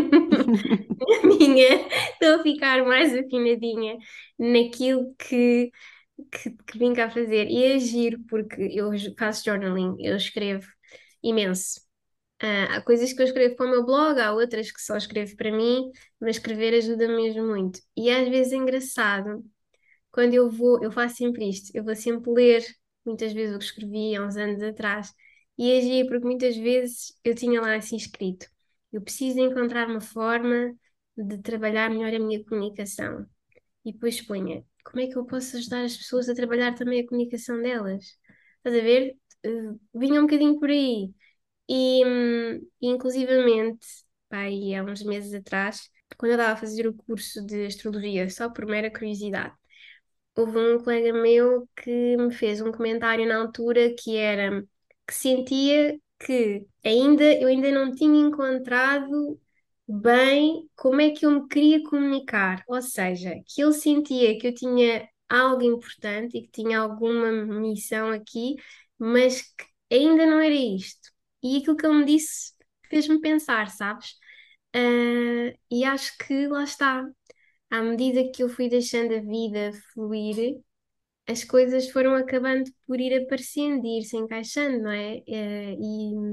[SPEAKER 3] Minha, estou a ficar mais afinadinha naquilo que, que, que vim cá fazer. E é giro porque eu faço journaling, eu escrevo imenso. Ah, há coisas que eu escrevo para o meu blog, há outras que só escrevo para mim, mas escrever ajuda mesmo muito. E às vezes é engraçado, quando eu vou, eu faço sempre isto, eu vou sempre ler muitas vezes o que escrevi há uns anos atrás. E é giro porque muitas vezes eu tinha lá assim escrito: eu preciso de encontrar uma forma de trabalhar melhor a minha comunicação. E depois ponha: como é que eu posso ajudar as pessoas a trabalhar também a comunicação delas? Estás a ver? Uh, vinha um bocadinho por aí. E, hum, inclusivamente, pá, aí há uns meses atrás, quando eu estava a fazer o curso de astrologia, só por mera curiosidade, houve um colega meu que me fez um comentário na altura que era que sentia que ainda eu ainda não tinha encontrado bem como é que eu me queria comunicar, ou seja, que ele sentia que eu tinha algo importante e que tinha alguma missão aqui, mas que ainda não era isto. E aquilo que ele me disse fez-me pensar, sabes? Ah, e acho que lá está. À medida que eu fui deixando a vida fluir, as coisas foram acabando por ir aparecendo e ir se encaixando, não é? Eh, E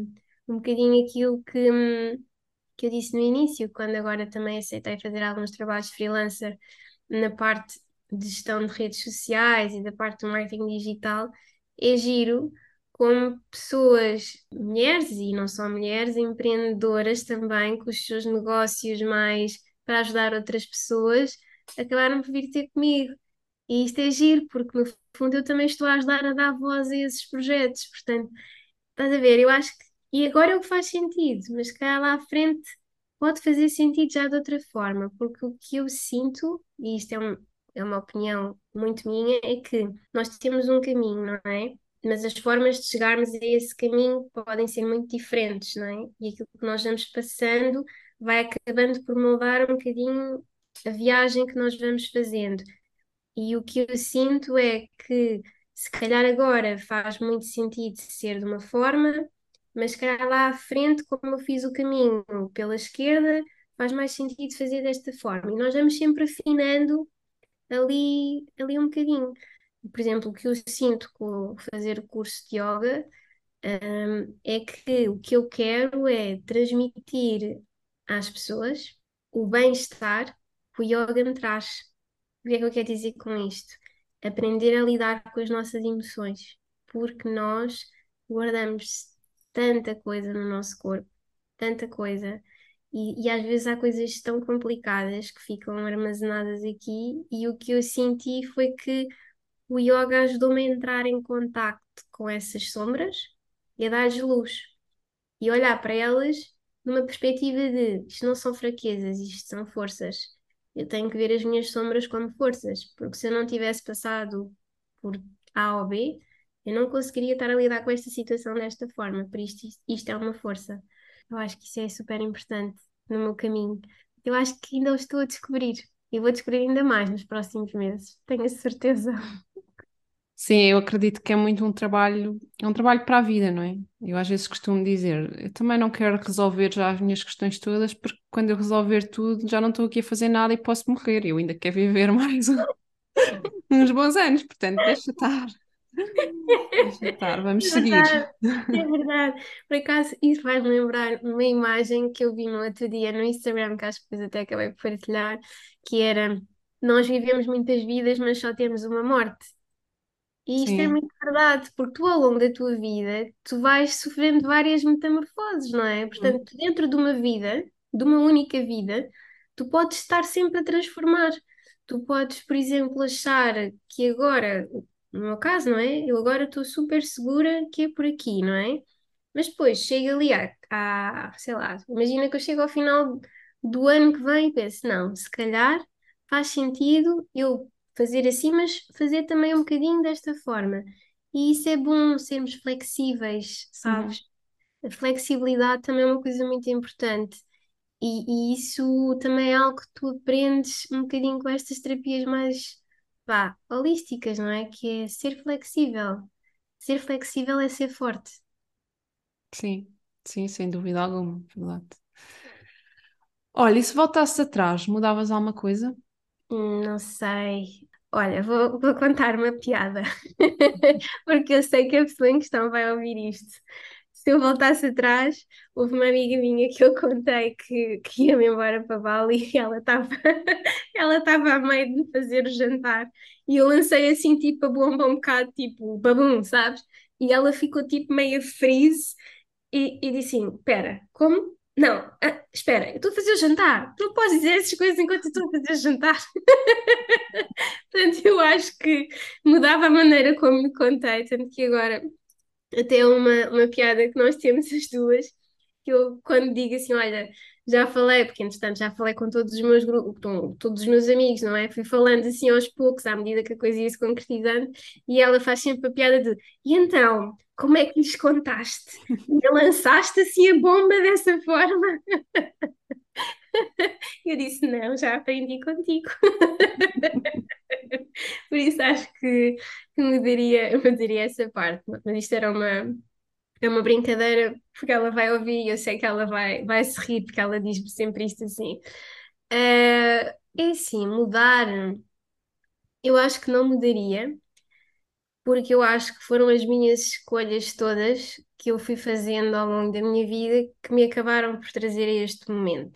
[SPEAKER 3] um bocadinho aquilo que, hum, que eu disse no início, quando agora também aceitei fazer alguns trabalhos de freelancer na parte de gestão de redes sociais e da parte do marketing digital, é giro como pessoas, mulheres e não só mulheres, empreendedoras também, com os seus negócios mais para ajudar outras pessoas, acabaram por vir ter comigo. E isto é giro, porque no fundo eu também estou a ajudar a dar voz a esses projetos. Portanto, estás a ver? Eu acho que. E agora é o que faz sentido, mas se calhar lá à frente pode fazer sentido já de outra forma, porque o que eu sinto, e isto é, um- é uma opinião muito minha, é que nós temos um caminho, não é? Mas as formas de chegarmos a esse caminho podem ser muito diferentes, não é? E aquilo que nós vamos passando vai acabando por moldar um bocadinho a viagem que nós vamos fazendo. E o que eu sinto é que, se calhar agora faz muito sentido ser de uma forma, mas se calhar lá à frente, como eu fiz o caminho pela esquerda, faz mais sentido fazer desta forma. E nós vamos sempre afinando ali, ali um bocadinho. Por exemplo, o que eu sinto com fazer o curso de yoga, hum, é que o que eu quero é transmitir às pessoas o bem-estar que o yoga me traz. O que é que eu quero dizer com isto? Aprender a lidar com as nossas emoções, porque nós guardamos tanta coisa no nosso corpo, tanta coisa, e, e às vezes há coisas tão complicadas que ficam armazenadas aqui, e o que eu senti foi que o yoga ajudou-me a entrar em contacto com essas sombras e a dar-lhes luz e olhar para elas numa perspectiva de isto não são fraquezas, isto são forças. Eu tenho que ver as minhas sombras como forças, porque se eu não tivesse passado por A ou B, eu não conseguiria estar a lidar com esta situação desta forma. Por isto, isto, isto é uma força. Eu acho que isso é super importante no meu caminho. Eu acho que ainda o estou a descobrir. E vou descobrir ainda mais nos próximos meses, tenho a certeza.
[SPEAKER 1] Sim, eu acredito que é muito um trabalho, é um trabalho para a vida, não é? Eu às vezes costumo dizer, eu também não quero resolver já as minhas questões todas, porque quando eu resolver tudo já não estou aqui a fazer nada e posso morrer. Eu ainda quero viver mais um- uns bons anos, portanto, deixa estar, deixa estar, vamos
[SPEAKER 3] É
[SPEAKER 1] seguir.
[SPEAKER 3] verdade, é verdade. Por acaso, isso faz-me lembrar uma imagem que eu vi no outro dia no Instagram, que acho que depois até acabei por partilhar, que era: nós vivemos muitas vidas, mas só temos uma morte. E isto é
[SPEAKER 1] Sim.
[SPEAKER 3] muito verdade, porque tu ao longo da tua vida, tu vais sofrendo várias metamorfoses, não é?
[SPEAKER 1] Uhum.
[SPEAKER 3] Portanto, dentro de uma vida, de uma única vida, tu podes estar sempre a transformar. Tu podes, por exemplo, achar que agora, no meu caso, não é? Eu agora estou super segura que é por aqui, não é? Mas depois chega ali a, a, sei lá, imagina que eu chego ao final do ano que vem e penso, não, se calhar faz sentido eu fazer assim, mas fazer também um bocadinho desta forma. E isso é bom, sermos flexíveis,
[SPEAKER 1] Uhum.
[SPEAKER 3] sabes? A flexibilidade também é uma coisa muito importante. E, e isso também é algo que tu aprendes um bocadinho com estas terapias mais, vá, holísticas, não é? Que é ser flexível. Ser flexível é ser forte.
[SPEAKER 1] Sim, sim, sem dúvida alguma, verdade. Olha, e se voltasses atrás, mudavas alguma coisa?
[SPEAKER 3] Hum, Não sei. Olha, vou, vou contar uma piada, porque eu sei que a pessoa em questão vai ouvir isto. Se eu voltasse atrás, houve uma amiga minha que eu contei que, que ia-me embora para Bali e ela estava ela estava a meio de me fazer o jantar e eu lancei assim tipo a bomba um bocado tipo babum, sabes? E ela ficou tipo meio freeze e, e disse assim: Espera, como? Não, ah, espera, eu estou a fazer o jantar. Tu não podes dizer essas coisas enquanto eu estou a fazer o jantar. Portanto, eu acho que mudava a maneira como me contei. Tanto que agora, até uma, uma piada que nós temos as duas, que eu quando digo assim: Olha, já falei, porque entretanto já falei com todos os meus grupos, com todos os meus amigos, não é? Fui falando assim aos poucos, à medida que a coisa ia se concretizando, e ela faz sempre a piada de: E então, como é que lhes contaste? E lançaste assim a bomba dessa forma? E eu disse: Não, já aprendi contigo. Por isso acho que, que mudaria, mudaria essa parte. Mas isto era uma, é uma brincadeira, porque ela vai ouvir e eu sei que ela vai, vai se rir, porque ela diz-me sempre isto assim. Eh, é assim, mudar, eu acho que não mudaria, porque eu acho que foram as minhas escolhas todas que eu fui fazendo ao longo da minha vida que me acabaram por trazer a este momento.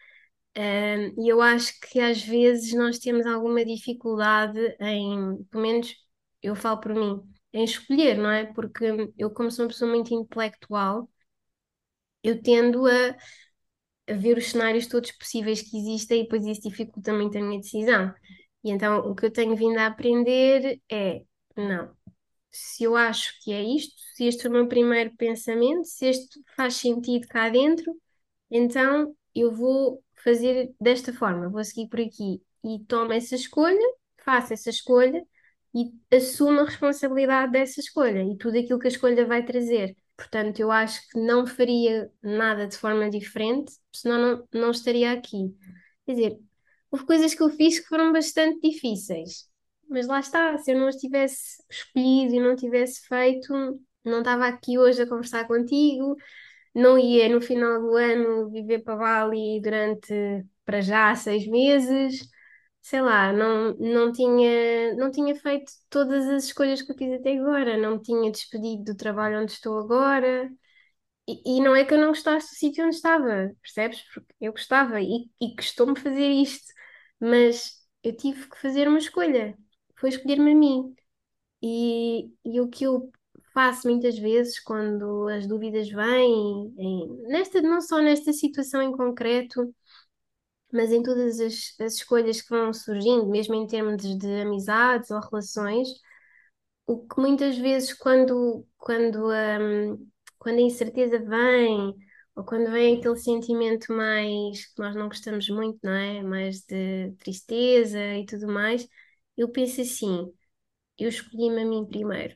[SPEAKER 3] Um, e eu acho que às vezes nós temos alguma dificuldade em, pelo menos eu falo por mim, em escolher, não é? Porque eu, como sou uma pessoa muito intelectual, eu tendo a, a ver os cenários todos possíveis que existem e depois isso dificulta muito a minha decisão. E então o que eu tenho vindo a aprender é, não, se eu acho que é isto, se este foi o meu primeiro pensamento, se este faz sentido cá dentro, então eu vou fazer desta forma, vou seguir por aqui e tomo essa escolha, faço essa escolha e assumo a responsabilidade dessa escolha e tudo aquilo que a escolha vai trazer. Portanto, eu acho que não faria nada de forma diferente, senão não, não estaria aqui. Quer dizer, houve coisas que eu fiz que foram bastante difíceis, mas lá está, se eu não as tivesse escolhido e não tivesse feito, não estava aqui hoje a conversar contigo, não ia no final do ano viver para Bali durante, para já, seis meses, sei lá, não, não tinha, não tinha feito todas as escolhas que eu fiz até agora, não me tinha despedido do trabalho onde estou agora. E, e não é que eu não gostasse do sítio onde estava, percebes? Porque eu gostava e, e costumo fazer isto, mas eu tive que fazer uma escolha, foi escolher-me a mim. E, e o que eu faço muitas vezes quando as dúvidas vêm, em- nesta, não só nesta situação em concreto, mas em todas as, as escolhas que vão surgindo, mesmo em termos de amizades ou relações, o que muitas vezes quando, quando, hum, quando a incerteza vem, ou quando vem aquele sentimento mais que nós não gostamos muito, não é? Mais de tristeza e tudo mais, eu penso assim, eu escolhi-me a mim primeiro,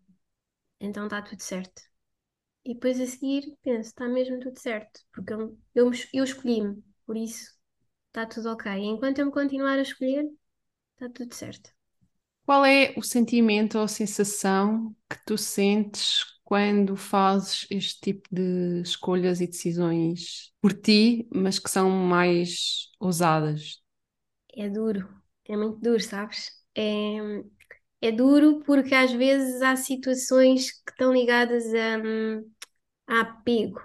[SPEAKER 3] então está tudo certo. E depois a seguir penso, está mesmo tudo certo, porque eu, eu, me- eu escolhi-me, por isso está tudo ok. E enquanto eu me continuar a escolher, está tudo certo.
[SPEAKER 1] Qual é o sentimento ou a sensação que tu sentes quando fazes este tipo de escolhas e decisões por ti, mas que são mais ousadas?
[SPEAKER 3] É duro, é muito duro, sabes? É, é duro porque às vezes há situações que estão ligadas a, hum, a apego,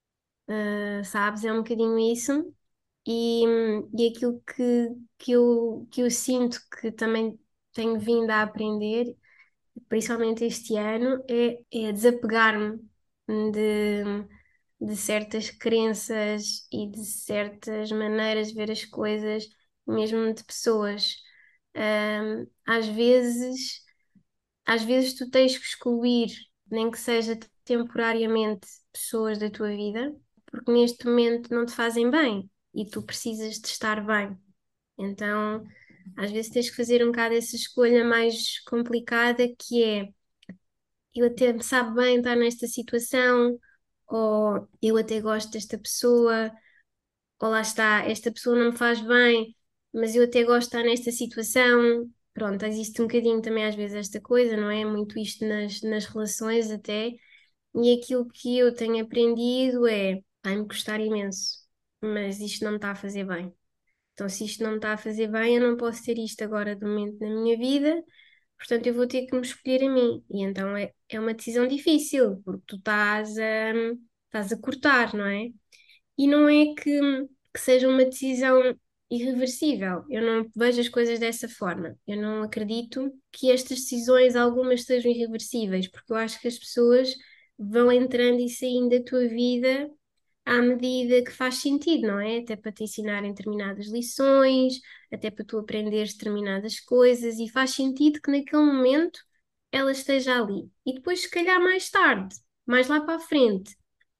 [SPEAKER 3] ah, sabes? É um bocadinho isso. E, hum, e aquilo que, que eu, que eu sinto que também tenho vindo a aprender, principalmente este ano, é, é desapegar-me de, de certas crenças e de certas maneiras de ver as coisas, mesmo de pessoas. Ahm, às vezes, às vezes tu tens que excluir, nem que seja temporariamente, pessoas da tua vida, porque neste momento não te fazem bem e tu precisas de estar bem. Então, às vezes tens que fazer um bocado essa escolha mais complicada que é eu até me sabe bem estar nesta situação, ou eu até gosto desta pessoa, ou lá está, esta pessoa não me faz bem, mas eu até gosto de estar nesta situação. Pronto, existe um bocadinho também às vezes esta coisa, não é? Muito isto nas, nas relações até. E aquilo que eu tenho aprendido é, vai-me custar imenso, mas isto não me está a fazer bem. Então, se isto não me está a fazer bem, eu não posso ter isto agora de momento na minha vida, portanto, eu vou ter que me escolher a mim. E então é, é uma decisão difícil, porque tu estás a, estás a cortar, não é? E não é que, que seja uma decisão irreversível. Eu não vejo as coisas dessa forma. Eu não acredito que estas decisões, algumas sejam irreversíveis, porque eu acho que as pessoas vão entrando e saindo da tua vida à medida que faz sentido, não é? Até para te ensinarem determinadas lições, até para tu aprenderes determinadas coisas, e faz sentido que naquele momento ela esteja ali. E depois, se calhar mais tarde, mais lá para a frente,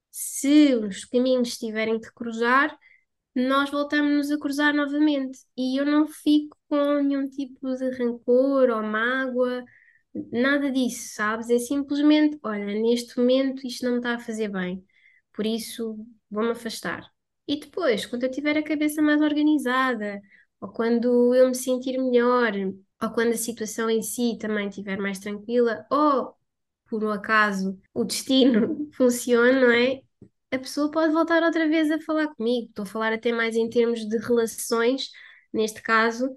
[SPEAKER 3] se os caminhos tiverem que cruzar, nós voltamos-nos a cruzar novamente. E eu não fico com nenhum tipo de rancor ou mágoa, nada disso, sabes? É simplesmente, olha, neste momento isto não me está a fazer bem, por isso vou-me afastar. E depois, quando eu tiver a cabeça mais organizada, ou quando eu me sentir melhor, ou quando a situação em si também estiver mais tranquila, ou por um acaso o destino funciona, não é? A pessoa pode voltar outra vez a falar comigo. Estou a falar até mais em termos de relações, neste caso,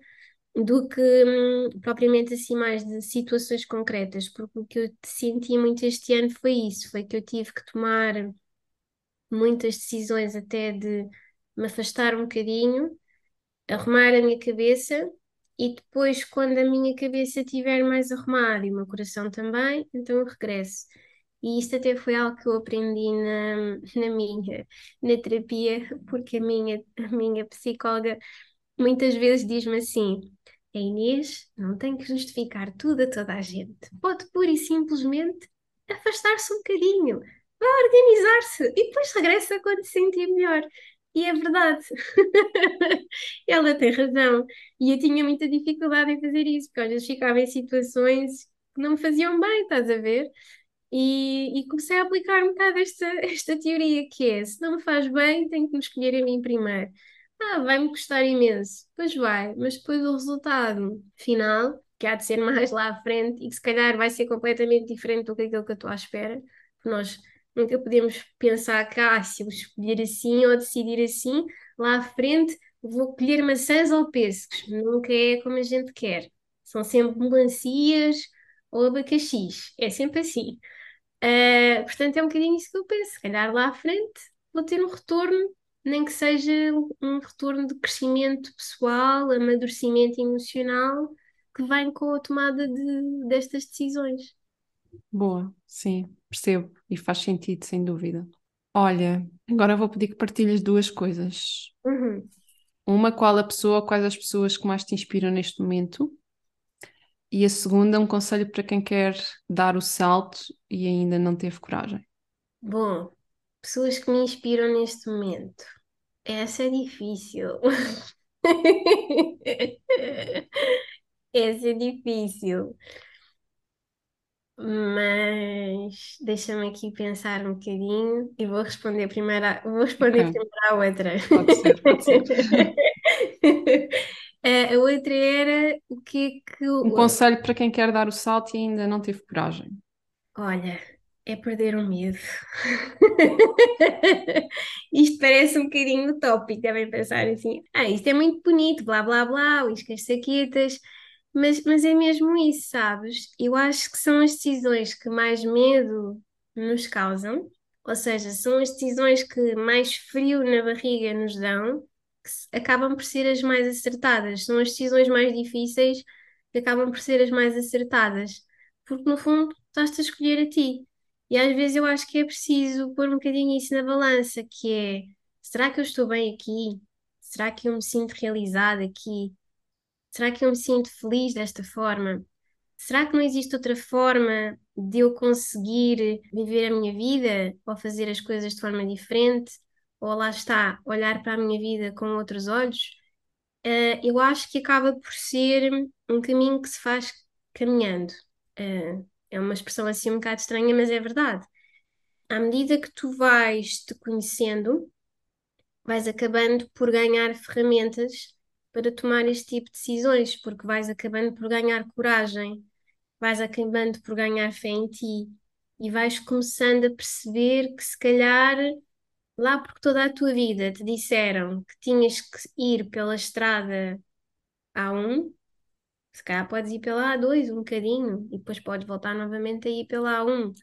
[SPEAKER 3] do que hum, propriamente assim mais de situações concretas, porque o que eu senti muito este ano foi isso, foi que eu tive que tomar muitas decisões até de me afastar um bocadinho, arrumar a minha cabeça e depois, quando a minha cabeça estiver mais arrumada e o meu coração também, então eu regresso. E isto até foi algo que eu aprendi na, na minha, na terapia, porque a minha, a minha psicóloga muitas vezes diz-me assim: a Inês não tem que justificar tudo a toda a gente. Pode pura e simplesmente afastar-se um bocadinho, vai organizar-se e depois regressa quando se sentir melhor. E é verdade. Ela tem razão. E eu tinha muita dificuldade em fazer isso, porque às vezes ficava em situações que não me faziam bem, estás a ver? E, e comecei a aplicar um bocado esta, esta teoria que é, se não me faz bem, tenho que me escolher a mim primeiro. Ah, vai-me custar imenso. Pois vai, mas depois o resultado final, que há de ser mais lá à frente e que se calhar vai ser completamente diferente do que aquilo que eu estou à espera, porque nós nunca podemos pensar que, ah, se eu escolher assim ou decidir assim, lá à frente vou colher maçãs ou pêssegos. Nunca é como a gente quer. São sempre melancias ou abacaxis. É sempre assim. Uh, portanto, é um bocadinho isso que eu penso. Se calhar lá à frente vou ter um retorno, nem que seja um retorno de crescimento pessoal, amadurecimento emocional, que vem com a tomada de, destas decisões.
[SPEAKER 1] Boa, sim, percebo e faz sentido, sem dúvida. Olha, agora vou pedir que partilhes duas coisas.
[SPEAKER 3] Uhum.
[SPEAKER 1] Uma, qual a pessoa, quais as pessoas que mais te inspiram neste momento? E a segunda, um conselho para quem quer dar o salto e ainda não teve coragem.
[SPEAKER 3] Bom, pessoas que me inspiram neste momento. Essa é difícil. Essa é difícil. Mas deixa-me aqui pensar um bocadinho e vou responder primeiro à, vou responder
[SPEAKER 1] Ok,
[SPEAKER 3] primeiro à outra.
[SPEAKER 1] pode ser, pode ser.
[SPEAKER 3] A a outra era o que é que
[SPEAKER 1] Um
[SPEAKER 3] eu-
[SPEAKER 1] conselho para quem quer dar o salto e ainda não teve coragem.
[SPEAKER 3] olha, é perder o medo. Isto parece um bocadinho utópico, devem pensar assim, ah, isto é muito bonito, blá blá blá, uíscas saquetas, mas, mas é mesmo isso, sabes? Eu acho que são as decisões que mais medo nos causam, ou seja, são as decisões que mais frio na barriga nos dão, que se- acabam por ser as mais acertadas, são as decisões mais difíceis que acabam por ser as mais acertadas, porque no fundo estás-te a escolher a ti. E às vezes eu acho que é preciso pôr um bocadinho isso na balança, que é, será que eu estou bem aqui? Será que eu me sinto realizada aqui? Será que eu me sinto feliz desta forma? Será que não existe outra forma de eu conseguir viver a minha vida ou fazer as coisas de forma diferente? Ou lá está, olhar para a minha vida com outros olhos? Eh, eu acho que acaba por ser um caminho que se faz caminhando. Eh, é uma expressão assim um bocado estranha, mas é verdade. À medida que tu vais te conhecendo, vais acabando por ganhar ferramentas para tomar este tipo de decisões, porque vais acabando por ganhar coragem, vais acabando por ganhar fé em ti e vais começando a perceber que se calhar lá porque toda a tua vida te disseram que tinhas que ir pela estrada A um, se calhar podes ir pela A dois um bocadinho e depois podes voltar novamente a ir pela A um.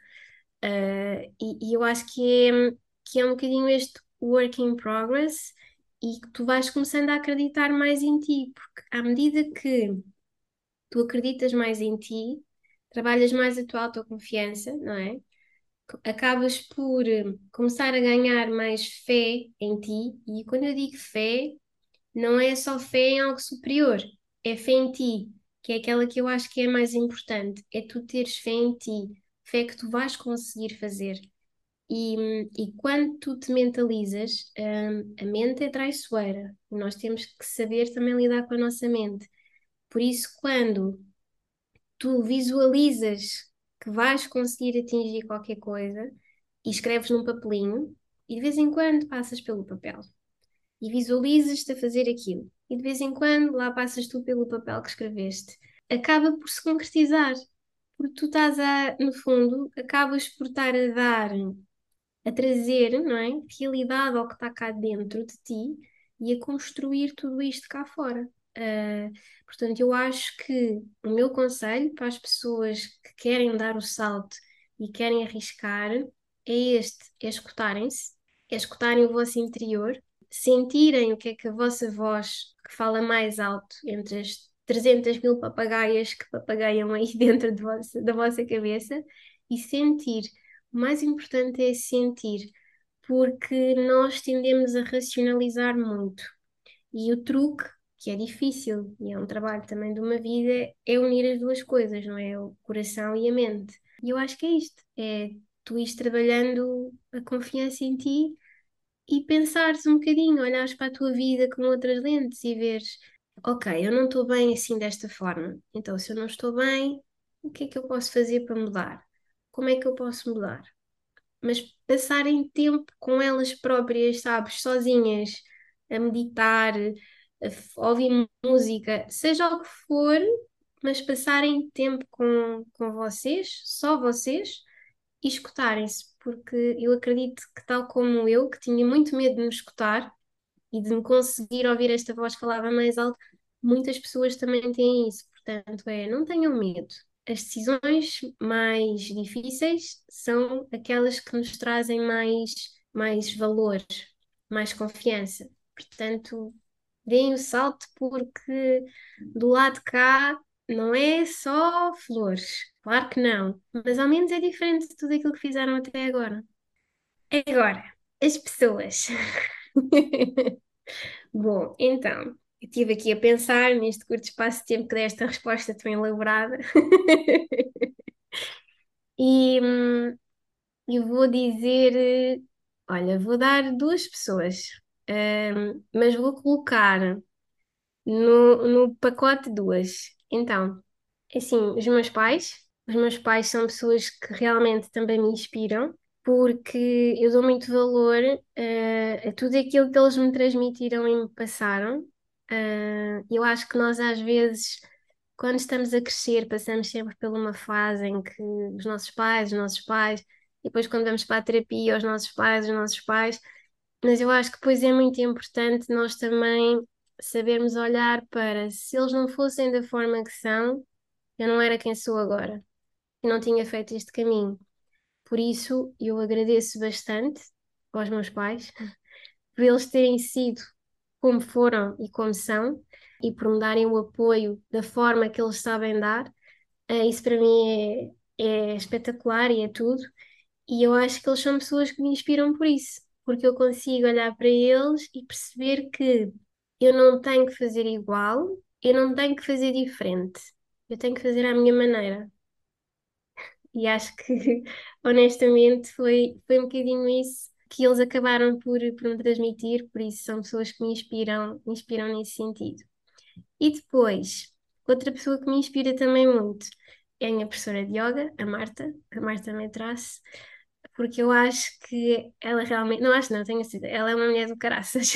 [SPEAKER 3] Uh, e, e eu acho que é, que é um bocadinho este work in progress e que tu vais começando a acreditar mais em ti, porque à medida que tu acreditas mais em ti, trabalhas mais a tua autoconfiança, não é? Acabas por eh, começar a ganhar mais fé em ti, e quando eu digo fé, não é só fé em algo superior, é fé em ti, que é aquela que eu acho que é mais importante, é tu teres fé em ti, fé que tu vais conseguir fazer. E, e quando tu te mentalizas, hum, a mente é traiçoeira. E nós temos que saber também lidar com a nossa mente. Por isso, quando tu visualizas que vais conseguir atingir qualquer coisa e escreves num papelinho, e de vez em quando passas pelo papel e visualizas-te a fazer aquilo, e de vez em quando lá passas tu pelo papel que escreveste, acaba por se concretizar. Porque tu estás a, no fundo, acabas por estar a dar a trazer, não é, realidade ao que está cá dentro de ti e a construir tudo isto cá fora. Uh, portanto, eu acho que o meu conselho para as pessoas que querem dar o salto e querem arriscar é este: é escutarem-se, é escutarem o vosso interior, sentirem o que é que a vossa voz que fala mais alto entre as trezentas mil papagaias que papagaiam aí dentro de vossa- da vossa cabeça, e sentir. O mais importante é sentir, porque nós tendemos a racionalizar muito. E o truque, que é difícil e é um trabalho também de uma vida, é unir as duas coisas, não é? O coração e a mente. E eu acho que é isto: é tu ires trabalhando a confiança em ti e pensares um bocadinho, olhares para a tua vida com outras lentes e veres, ok, eu não estou bem assim desta forma. Então, se eu não estou bem, o que é que eu posso fazer para mudar? Como é que eu posso mudar? Mas passarem tempo com elas próprias, sabes, sozinhas, a meditar, a f- a ouvir música, seja o que for, mas passarem tempo com, com vocês, só vocês, e escutarem-se, porque eu acredito que, tal como eu, que tinha muito medo de me escutar e de me conseguir ouvir esta voz que falava mais alto, muitas pessoas também têm isso. Portanto, é, não tenham medo. As decisões mais difíceis são aquelas que nos trazem mais, mais valor, mais confiança. Portanto, deem o salto, porque do lado de cá não é só flores. Claro que não. Mas ao menos é diferente de tudo aquilo que fizeram até agora. Agora, as pessoas. Bom, então, eu estive aqui a pensar neste curto espaço de tempo que dei esta resposta tão elaborada. E hum, eu vou dizer, eh, olha, vou dar duas pessoas, hum, mas vou colocar no, no pacote duas. Então, assim, os meus pais. Os meus pais são pessoas que realmente também me inspiram, porque eu dou muito valor, eh, a tudo aquilo que eles me transmitiram e me passaram. Eh, eu acho que nós, às vezes, quando estamos a crescer, passamos sempre por uma fase em que os nossos pais, os nossos pais, e depois, quando vamos para a terapia, os nossos pais, os nossos pais. Mas eu acho que depois é muito importante nós também sabermos olhar para, se eles não fossem da forma que são, eu não era quem sou agora. Eu não tinha feito este caminho. Por isso, eu agradeço bastante aos meus pais por eles terem sido como foram e como são, e por me darem o apoio da forma que eles sabem dar. Eh, Isso para mim é, é espetacular e é tudo. E eu acho que eles são pessoas que me inspiram por isso, porque eu consigo olhar para eles e perceber que eu não tenho que fazer igual, eu não tenho que fazer diferente, eu tenho que fazer à minha maneira. E acho que, honestamente, foi, foi um bocadinho isso que eles acabaram por, por me transmitir, por isso são pessoas que me inspiram, me inspiram nesse sentido. E depois, outra pessoa que me inspira também muito é a minha professora de yoga, a Marta, a Marta Metrace, porque eu acho que ela realmente, não acho não, tenho certeza, ela é uma mulher do caraças.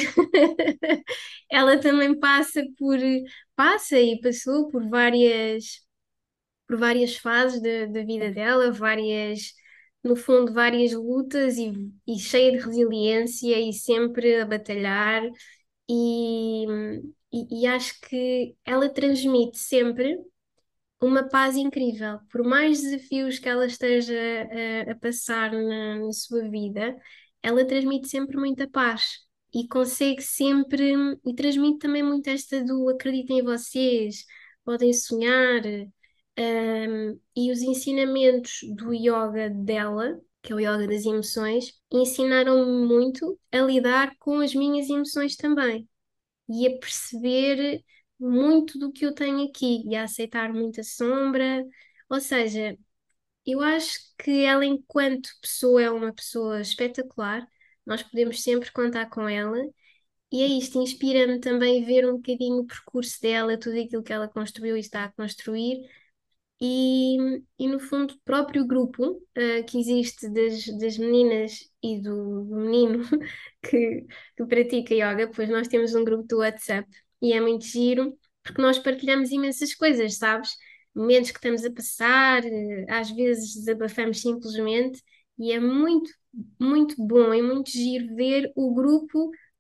[SPEAKER 3] Ela também passa por, passa e passou por várias, por várias fases da da vida dela, várias, no fundo, várias lutas e, e cheia de resiliência e sempre a batalhar. E, e, e acho que ela transmite sempre uma paz incrível. Por mais desafios que ela esteja a, a passar na, na sua vida, ela transmite sempre muita paz e consegue sempre, e transmite também muito esta do acreditem em vocês, podem sonhar. Um, e os ensinamentos do yoga dela, que é o yoga das emoções, ensinaram-me muito a lidar com as minhas emoções também e a perceber muito do que eu tenho aqui e a aceitar muita sombra. Ou seja, eu acho que ela, enquanto pessoa, é uma pessoa espetacular. Nós podemos sempre contar com ela. E é isto, inspira-me também ver um bocadinho o percurso dela, tudo aquilo que ela construiu e está a construir, e, e no fundo, o próprio grupo eh, que existe das, das meninas e do, do menino que, que pratica yoga, pois nós temos um grupo do WhatsApp e é muito giro, porque nós partilhamos imensas coisas, sabes? Momentos que estamos a passar, eh, às vezes desabafamos simplesmente, e é muito, muito bom e muito giro ver o grupo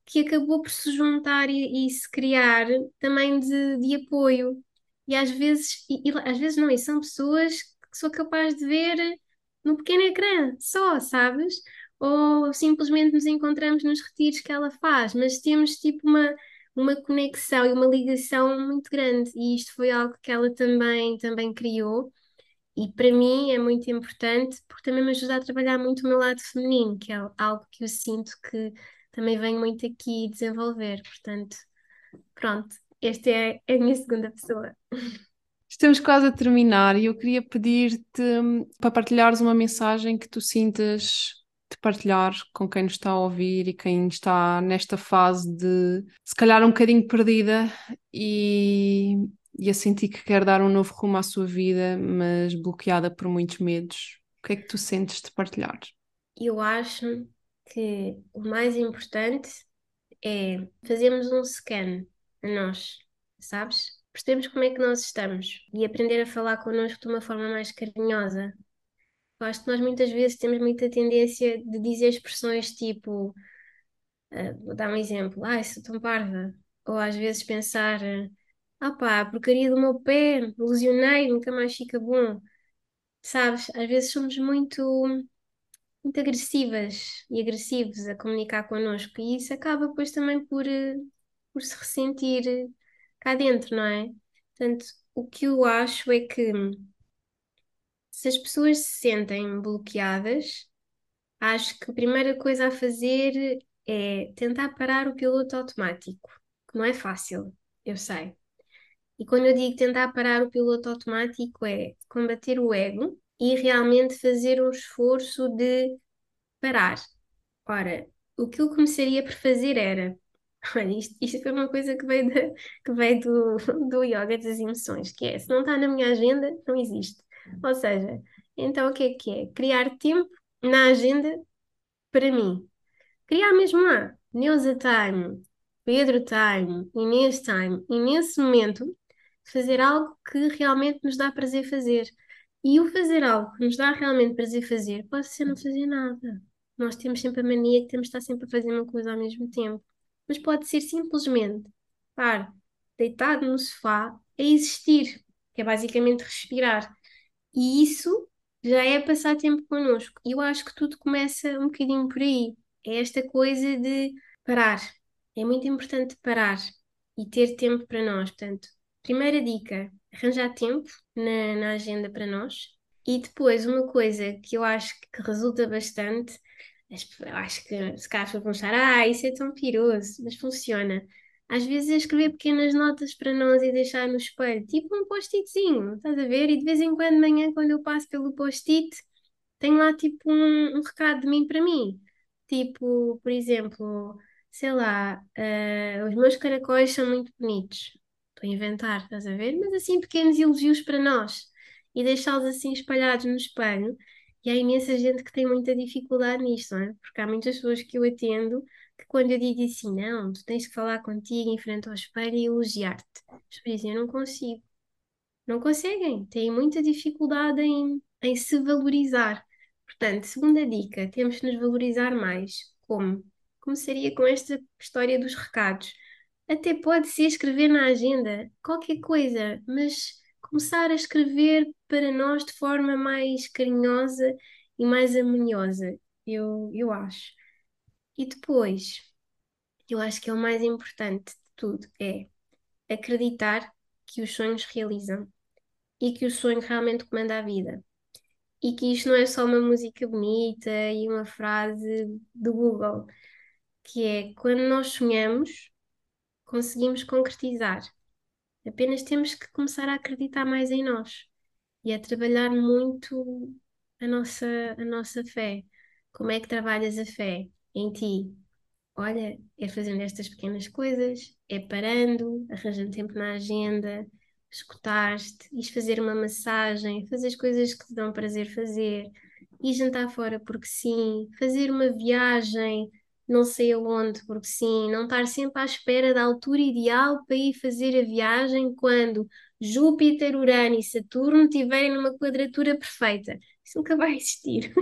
[SPEAKER 3] que acabou por se juntar e, e se criar também de, de apoio. E às vezes, e, e às vezes não, e são pessoas que sou capaz de ver no pequeno ecrã, só, sabes? Ou simplesmente nos encontramos nos retiros que ela faz, mas temos tipo uma, uma conexão e uma ligação muito grande, e isto foi algo que ela também, também criou. E para mim é muito importante porque também me ajuda a trabalhar muito o meu lado feminino, que é algo que eu sinto que também venho muito aqui desenvolver. Portanto, pronto, esta é, é a minha segunda pessoa.
[SPEAKER 1] Estamos quase a terminar e eu queria pedir-te hum, para partilhares uma mensagem que tu sintas de partilhar com quem nos está a ouvir e quem está nesta fase de, se calhar, um bocadinho perdida e, e a sentir que quer dar um novo rumo à sua vida, mas bloqueada por muitos medos. O que é que tu sentes de partilhar?
[SPEAKER 3] Eu acho que o mais importante é fazermos um scan a nós, sabes? Percebemos como é que nós estamos e aprender a falar connosco de uma forma mais carinhosa. Eu acho que nós muitas vezes temos muita tendência de dizer expressões tipo, ah, vou dar um exemplo, ai, sou tão parva. Ou às vezes pensar, ah pá, a porcaria do meu pé, lesionei, nunca mais fica bom. Sabes? Às vezes somos muito, muito agressivas e agressivos a comunicar connosco e isso acaba depois também por, eh, por se ressentir eh, cá dentro, não é? Portanto, o que eu acho é que se as pessoas se sentem bloqueadas, acho que a primeira coisa a fazer é tentar parar o piloto automático, que não é fácil, eu sei. E quando eu digo tentar parar o piloto automático, é combater o ego e realmente fazer um esforço de parar. Ora, o que eu começaria por fazer era. Olha, isto, isto foi uma coisa que veio, da- que veio do, do yoga das emoções, que é, se não está na minha agenda, não existe. Ou seja, então o que é que é? Criar tempo na agenda para mim. Criar mesmo lá, Neuza Time, Pedro Time, Inês Time, e nesse momento fazer algo que realmente nos dá prazer fazer. E o fazer algo que nos dá realmente prazer fazer pode ser não fazer nada. Nós temos sempre a mania que temos de estar sempre a fazer uma coisa ao mesmo tempo. Mas pode ser simplesmente estar deitado no sofá a existir, que é basicamente respirar. E isso já é passar tempo connosco. E eu acho que tudo começa um bocadinho por aí. É esta coisa de parar. É muito importante parar e ter tempo para nós. Portanto, primeira dica, arranjar tempo na, na agenda para nós. E depois, uma coisa que eu acho que resulta bastante, as pe- eu acho que se calhar as pessoas vão achar, ah, isso é tão piroso, mas funciona. Às vezes é escrever pequenas notas para nós e deixar no espelho, tipo um post-itzinho, estás a ver? E de vez em quando, de manhã, quando eu passo pelo post-it, tenho lá tipo um, um recado de mim para mim. Tipo, por exemplo, sei lá, eh, os meus caracóis são muito bonitos. Estou a inventar, estás a ver? Mas assim, pequenos elogios para nós. E deixá-los assim espalhados no espelho. E há imensa gente que tem muita dificuldade nisto, não é? Porque há muitas pessoas que eu atendo que quando eu digo assim, não, tu tens que falar contigo em frente ao espelho e elogiar-te. As pessoas dizem, eu não consigo. Não conseguem, têm muita dificuldade em, em se valorizar. Portanto, segunda dica, temos que nos valorizar mais. Como? Começaria com esta história dos recados. Até pode ser escrever na agenda, qualquer coisa, mas começar a escrever para nós de forma mais carinhosa e mais harmoniosa, eu, eu acho. E depois, eu acho que é o mais importante de tudo, é acreditar que os sonhos realizam e que o sonho realmente comanda a vida. E que isto não é só uma música bonita e uma frase do Google, que é quando nós sonhamos, conseguimos concretizar. Apenas temos que começar a acreditar mais em nós e a trabalhar muito a nossa, a nossa fé. Como é que trabalhas a fé em ti? Olha, é fazendo estas pequenas coisas, é parando, arranjando tempo na agenda, escutar-te, ires fazer uma massagem, fazer as coisas que te dão prazer fazer, ir jantar fora porque sim, fazer uma viagem, não sei aonde porque sim, não estar sempre à espera da altura ideal para ir fazer a viagem quando Júpiter, Urano e Saturno estiverem numa quadratura perfeita. Isso nunca vai existir.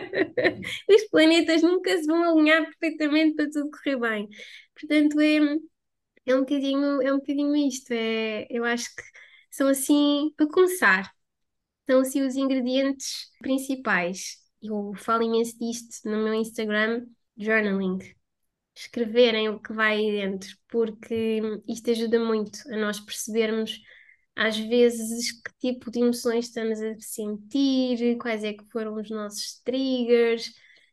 [SPEAKER 3] Os planetas nunca se vão alinhar perfeitamente para tudo correr bem. Portanto, é, é um bocadinho, é um bocadinho isto. É, eu acho que são assim, para começar, são assim os ingredientes principais. Eu falo imenso disto no meu Instagram, journaling. Escreverem o que vai aí dentro, porque isto ajuda muito a nós percebermos às vezes que tipo de emoções estamos a sentir, quais é que foram os nossos triggers.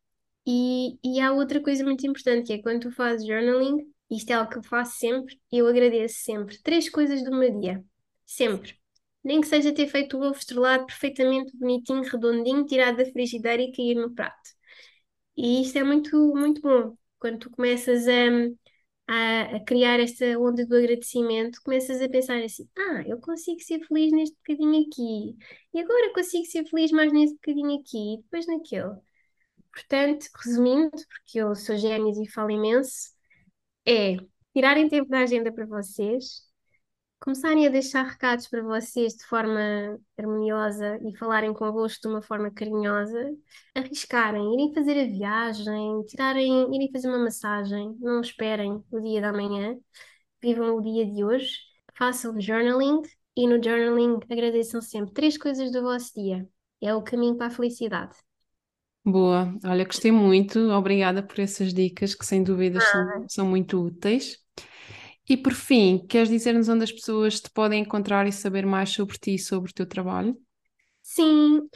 [SPEAKER 3] E, e há outra coisa muito importante, que é quando tu fazes journaling, isto é algo que eu faço sempre, e eu agradeço sempre. Três coisas do meu dia. Sempre. Nem que seja ter feito o ovo estrelado perfeitamente bonitinho, redondinho, tirado da frigideira e cair no prato. E isto é muito, muito bom. Quando tu começas a, a, a criar esta onda do agradecimento, começas a pensar assim: ah, eu consigo ser feliz neste bocadinho aqui, e agora consigo ser feliz mais neste bocadinho aqui, e depois naquele. Portanto, resumindo, porque eu sou gêmeos e falo imenso, é tirarem tempo da agenda para vocês, começarem a deixar recados para vocês de forma harmoniosa e falarem convosco de uma forma carinhosa, arriscarem, irem fazer a viagem, tirarem, irem fazer uma massagem, não esperem o dia da manhã, vivam o dia de hoje, façam journaling e no journaling agradeçam sempre três coisas do vosso dia. É o caminho para a felicidade.
[SPEAKER 1] Boa, olha, gostei muito, obrigada por essas dicas que sem dúvidas são, são muito úteis. E por fim, queres dizer-nos onde as pessoas te podem encontrar e saber mais sobre ti e sobre o teu trabalho?
[SPEAKER 3] Sim,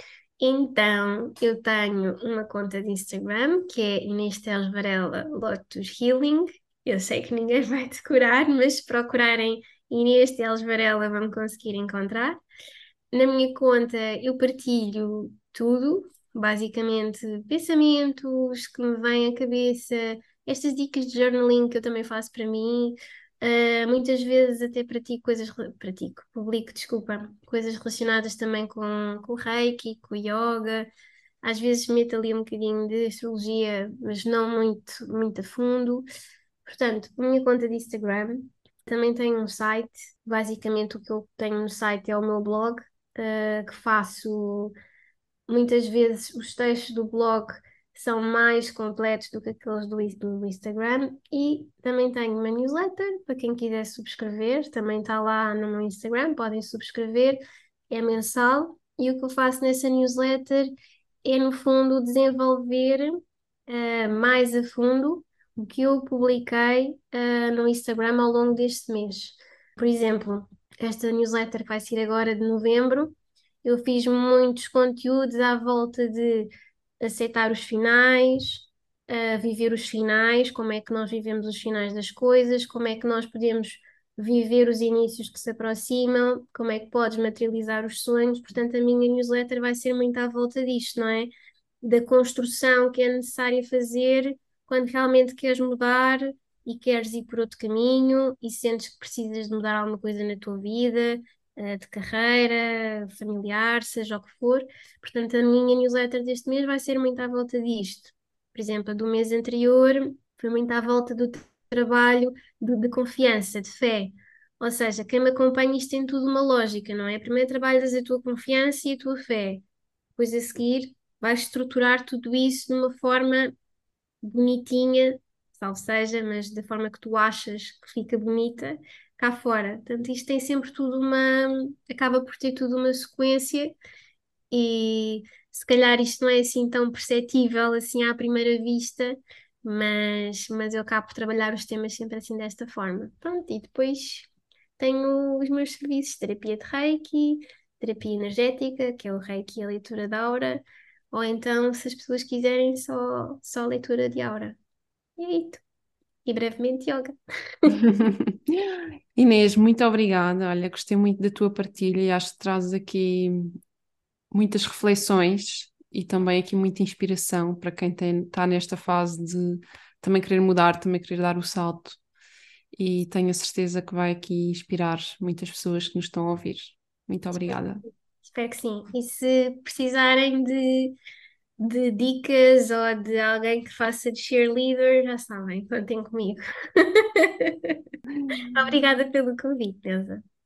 [SPEAKER 3] então eu tenho uma conta de Instagram que é Inês Teles Varela Lotus Healing. Eu sei que ninguém vai decorar, mas se procurarem Inês Teles Varela vão conseguir encontrar. Na minha conta eu partilho tudo, basicamente pensamentos que me vêm à cabeça, estas dicas de journaling que eu também faço para mim. Uh, muitas vezes até pratico coisas, re- pratico, publico, desculpa, coisas relacionadas também com, com o Reiki, com o Yoga. Às vezes meto ali um bocadinho de astrologia, mas não muito, muito a fundo. Portanto, a minha conta de Instagram, também tenho um site. Basicamente, o que eu tenho no site é o meu blog, uh, que faço muitas vezes os textos do blog são mais completos do que aqueles do, ins- do Instagram e também tenho uma newsletter para quem quiser subscrever, também está lá no meu Instagram, podem subscrever, é mensal e o que eu faço nessa newsletter é no fundo desenvolver eh, mais a fundo o que eu publiquei eh, no Instagram ao longo deste mês. Por exemplo, esta newsletter que vai sair agora de novembro, eu fiz muitos conteúdos à volta de aceitar os finais, uh, viver os finais, como é que nós vivemos os finais das coisas, como é que nós podemos viver os inícios que se aproximam, como é que podes materializar os sonhos. Portanto, a minha newsletter vai ser muito à volta disto, não é? Da construção que é necessária fazer quando realmente queres mudar e queres ir por outro caminho e sentes que precisas de mudar alguma coisa na tua vida, eh, de carreira, familiar, seja o que for. Portanto, a minha newsletter deste mês vai ser muito à volta disto. Por exemplo, a do mês anterior foi muito à volta do trabalho de, de confiança, de fé. Ou seja, quem me acompanha, isto tem tudo uma lógica, não é? Primeiro trabalhas a tua confiança e a tua fé. Depois a seguir vais estruturar tudo isso de uma forma bonitinha, salvo seja, mas da forma que tu achas que fica bonita cá fora. Portanto, isto tem sempre tudo uma, acaba por ter tudo uma sequência e se calhar isto não é assim tão perceptível assim à primeira vista, mas, mas eu acabo por trabalhar os temas sempre assim desta forma. Pronto, e depois tenho os meus serviços, terapia de Reiki, terapia energética, que é o Reiki e a leitura da aura, ou então, se as pessoas quiserem, só, só leitura de aura. E é isso. E brevemente yoga.
[SPEAKER 1] Inês, muito obrigada. Olha, gostei muito da tua partilha e acho que trazes aqui muitas reflexões e também aqui muita inspiração para quem tem, está nesta fase de também querer mudar, também querer dar o salto. E tenho a certeza que vai aqui inspirar muitas pessoas que nos estão a ouvir. Muito obrigada.
[SPEAKER 3] Espero que sim. E se precisarem de, de dicas ou de alguém que faça de cheerleader, já sabem, contem comigo. Obrigada pelo convite, Elsa.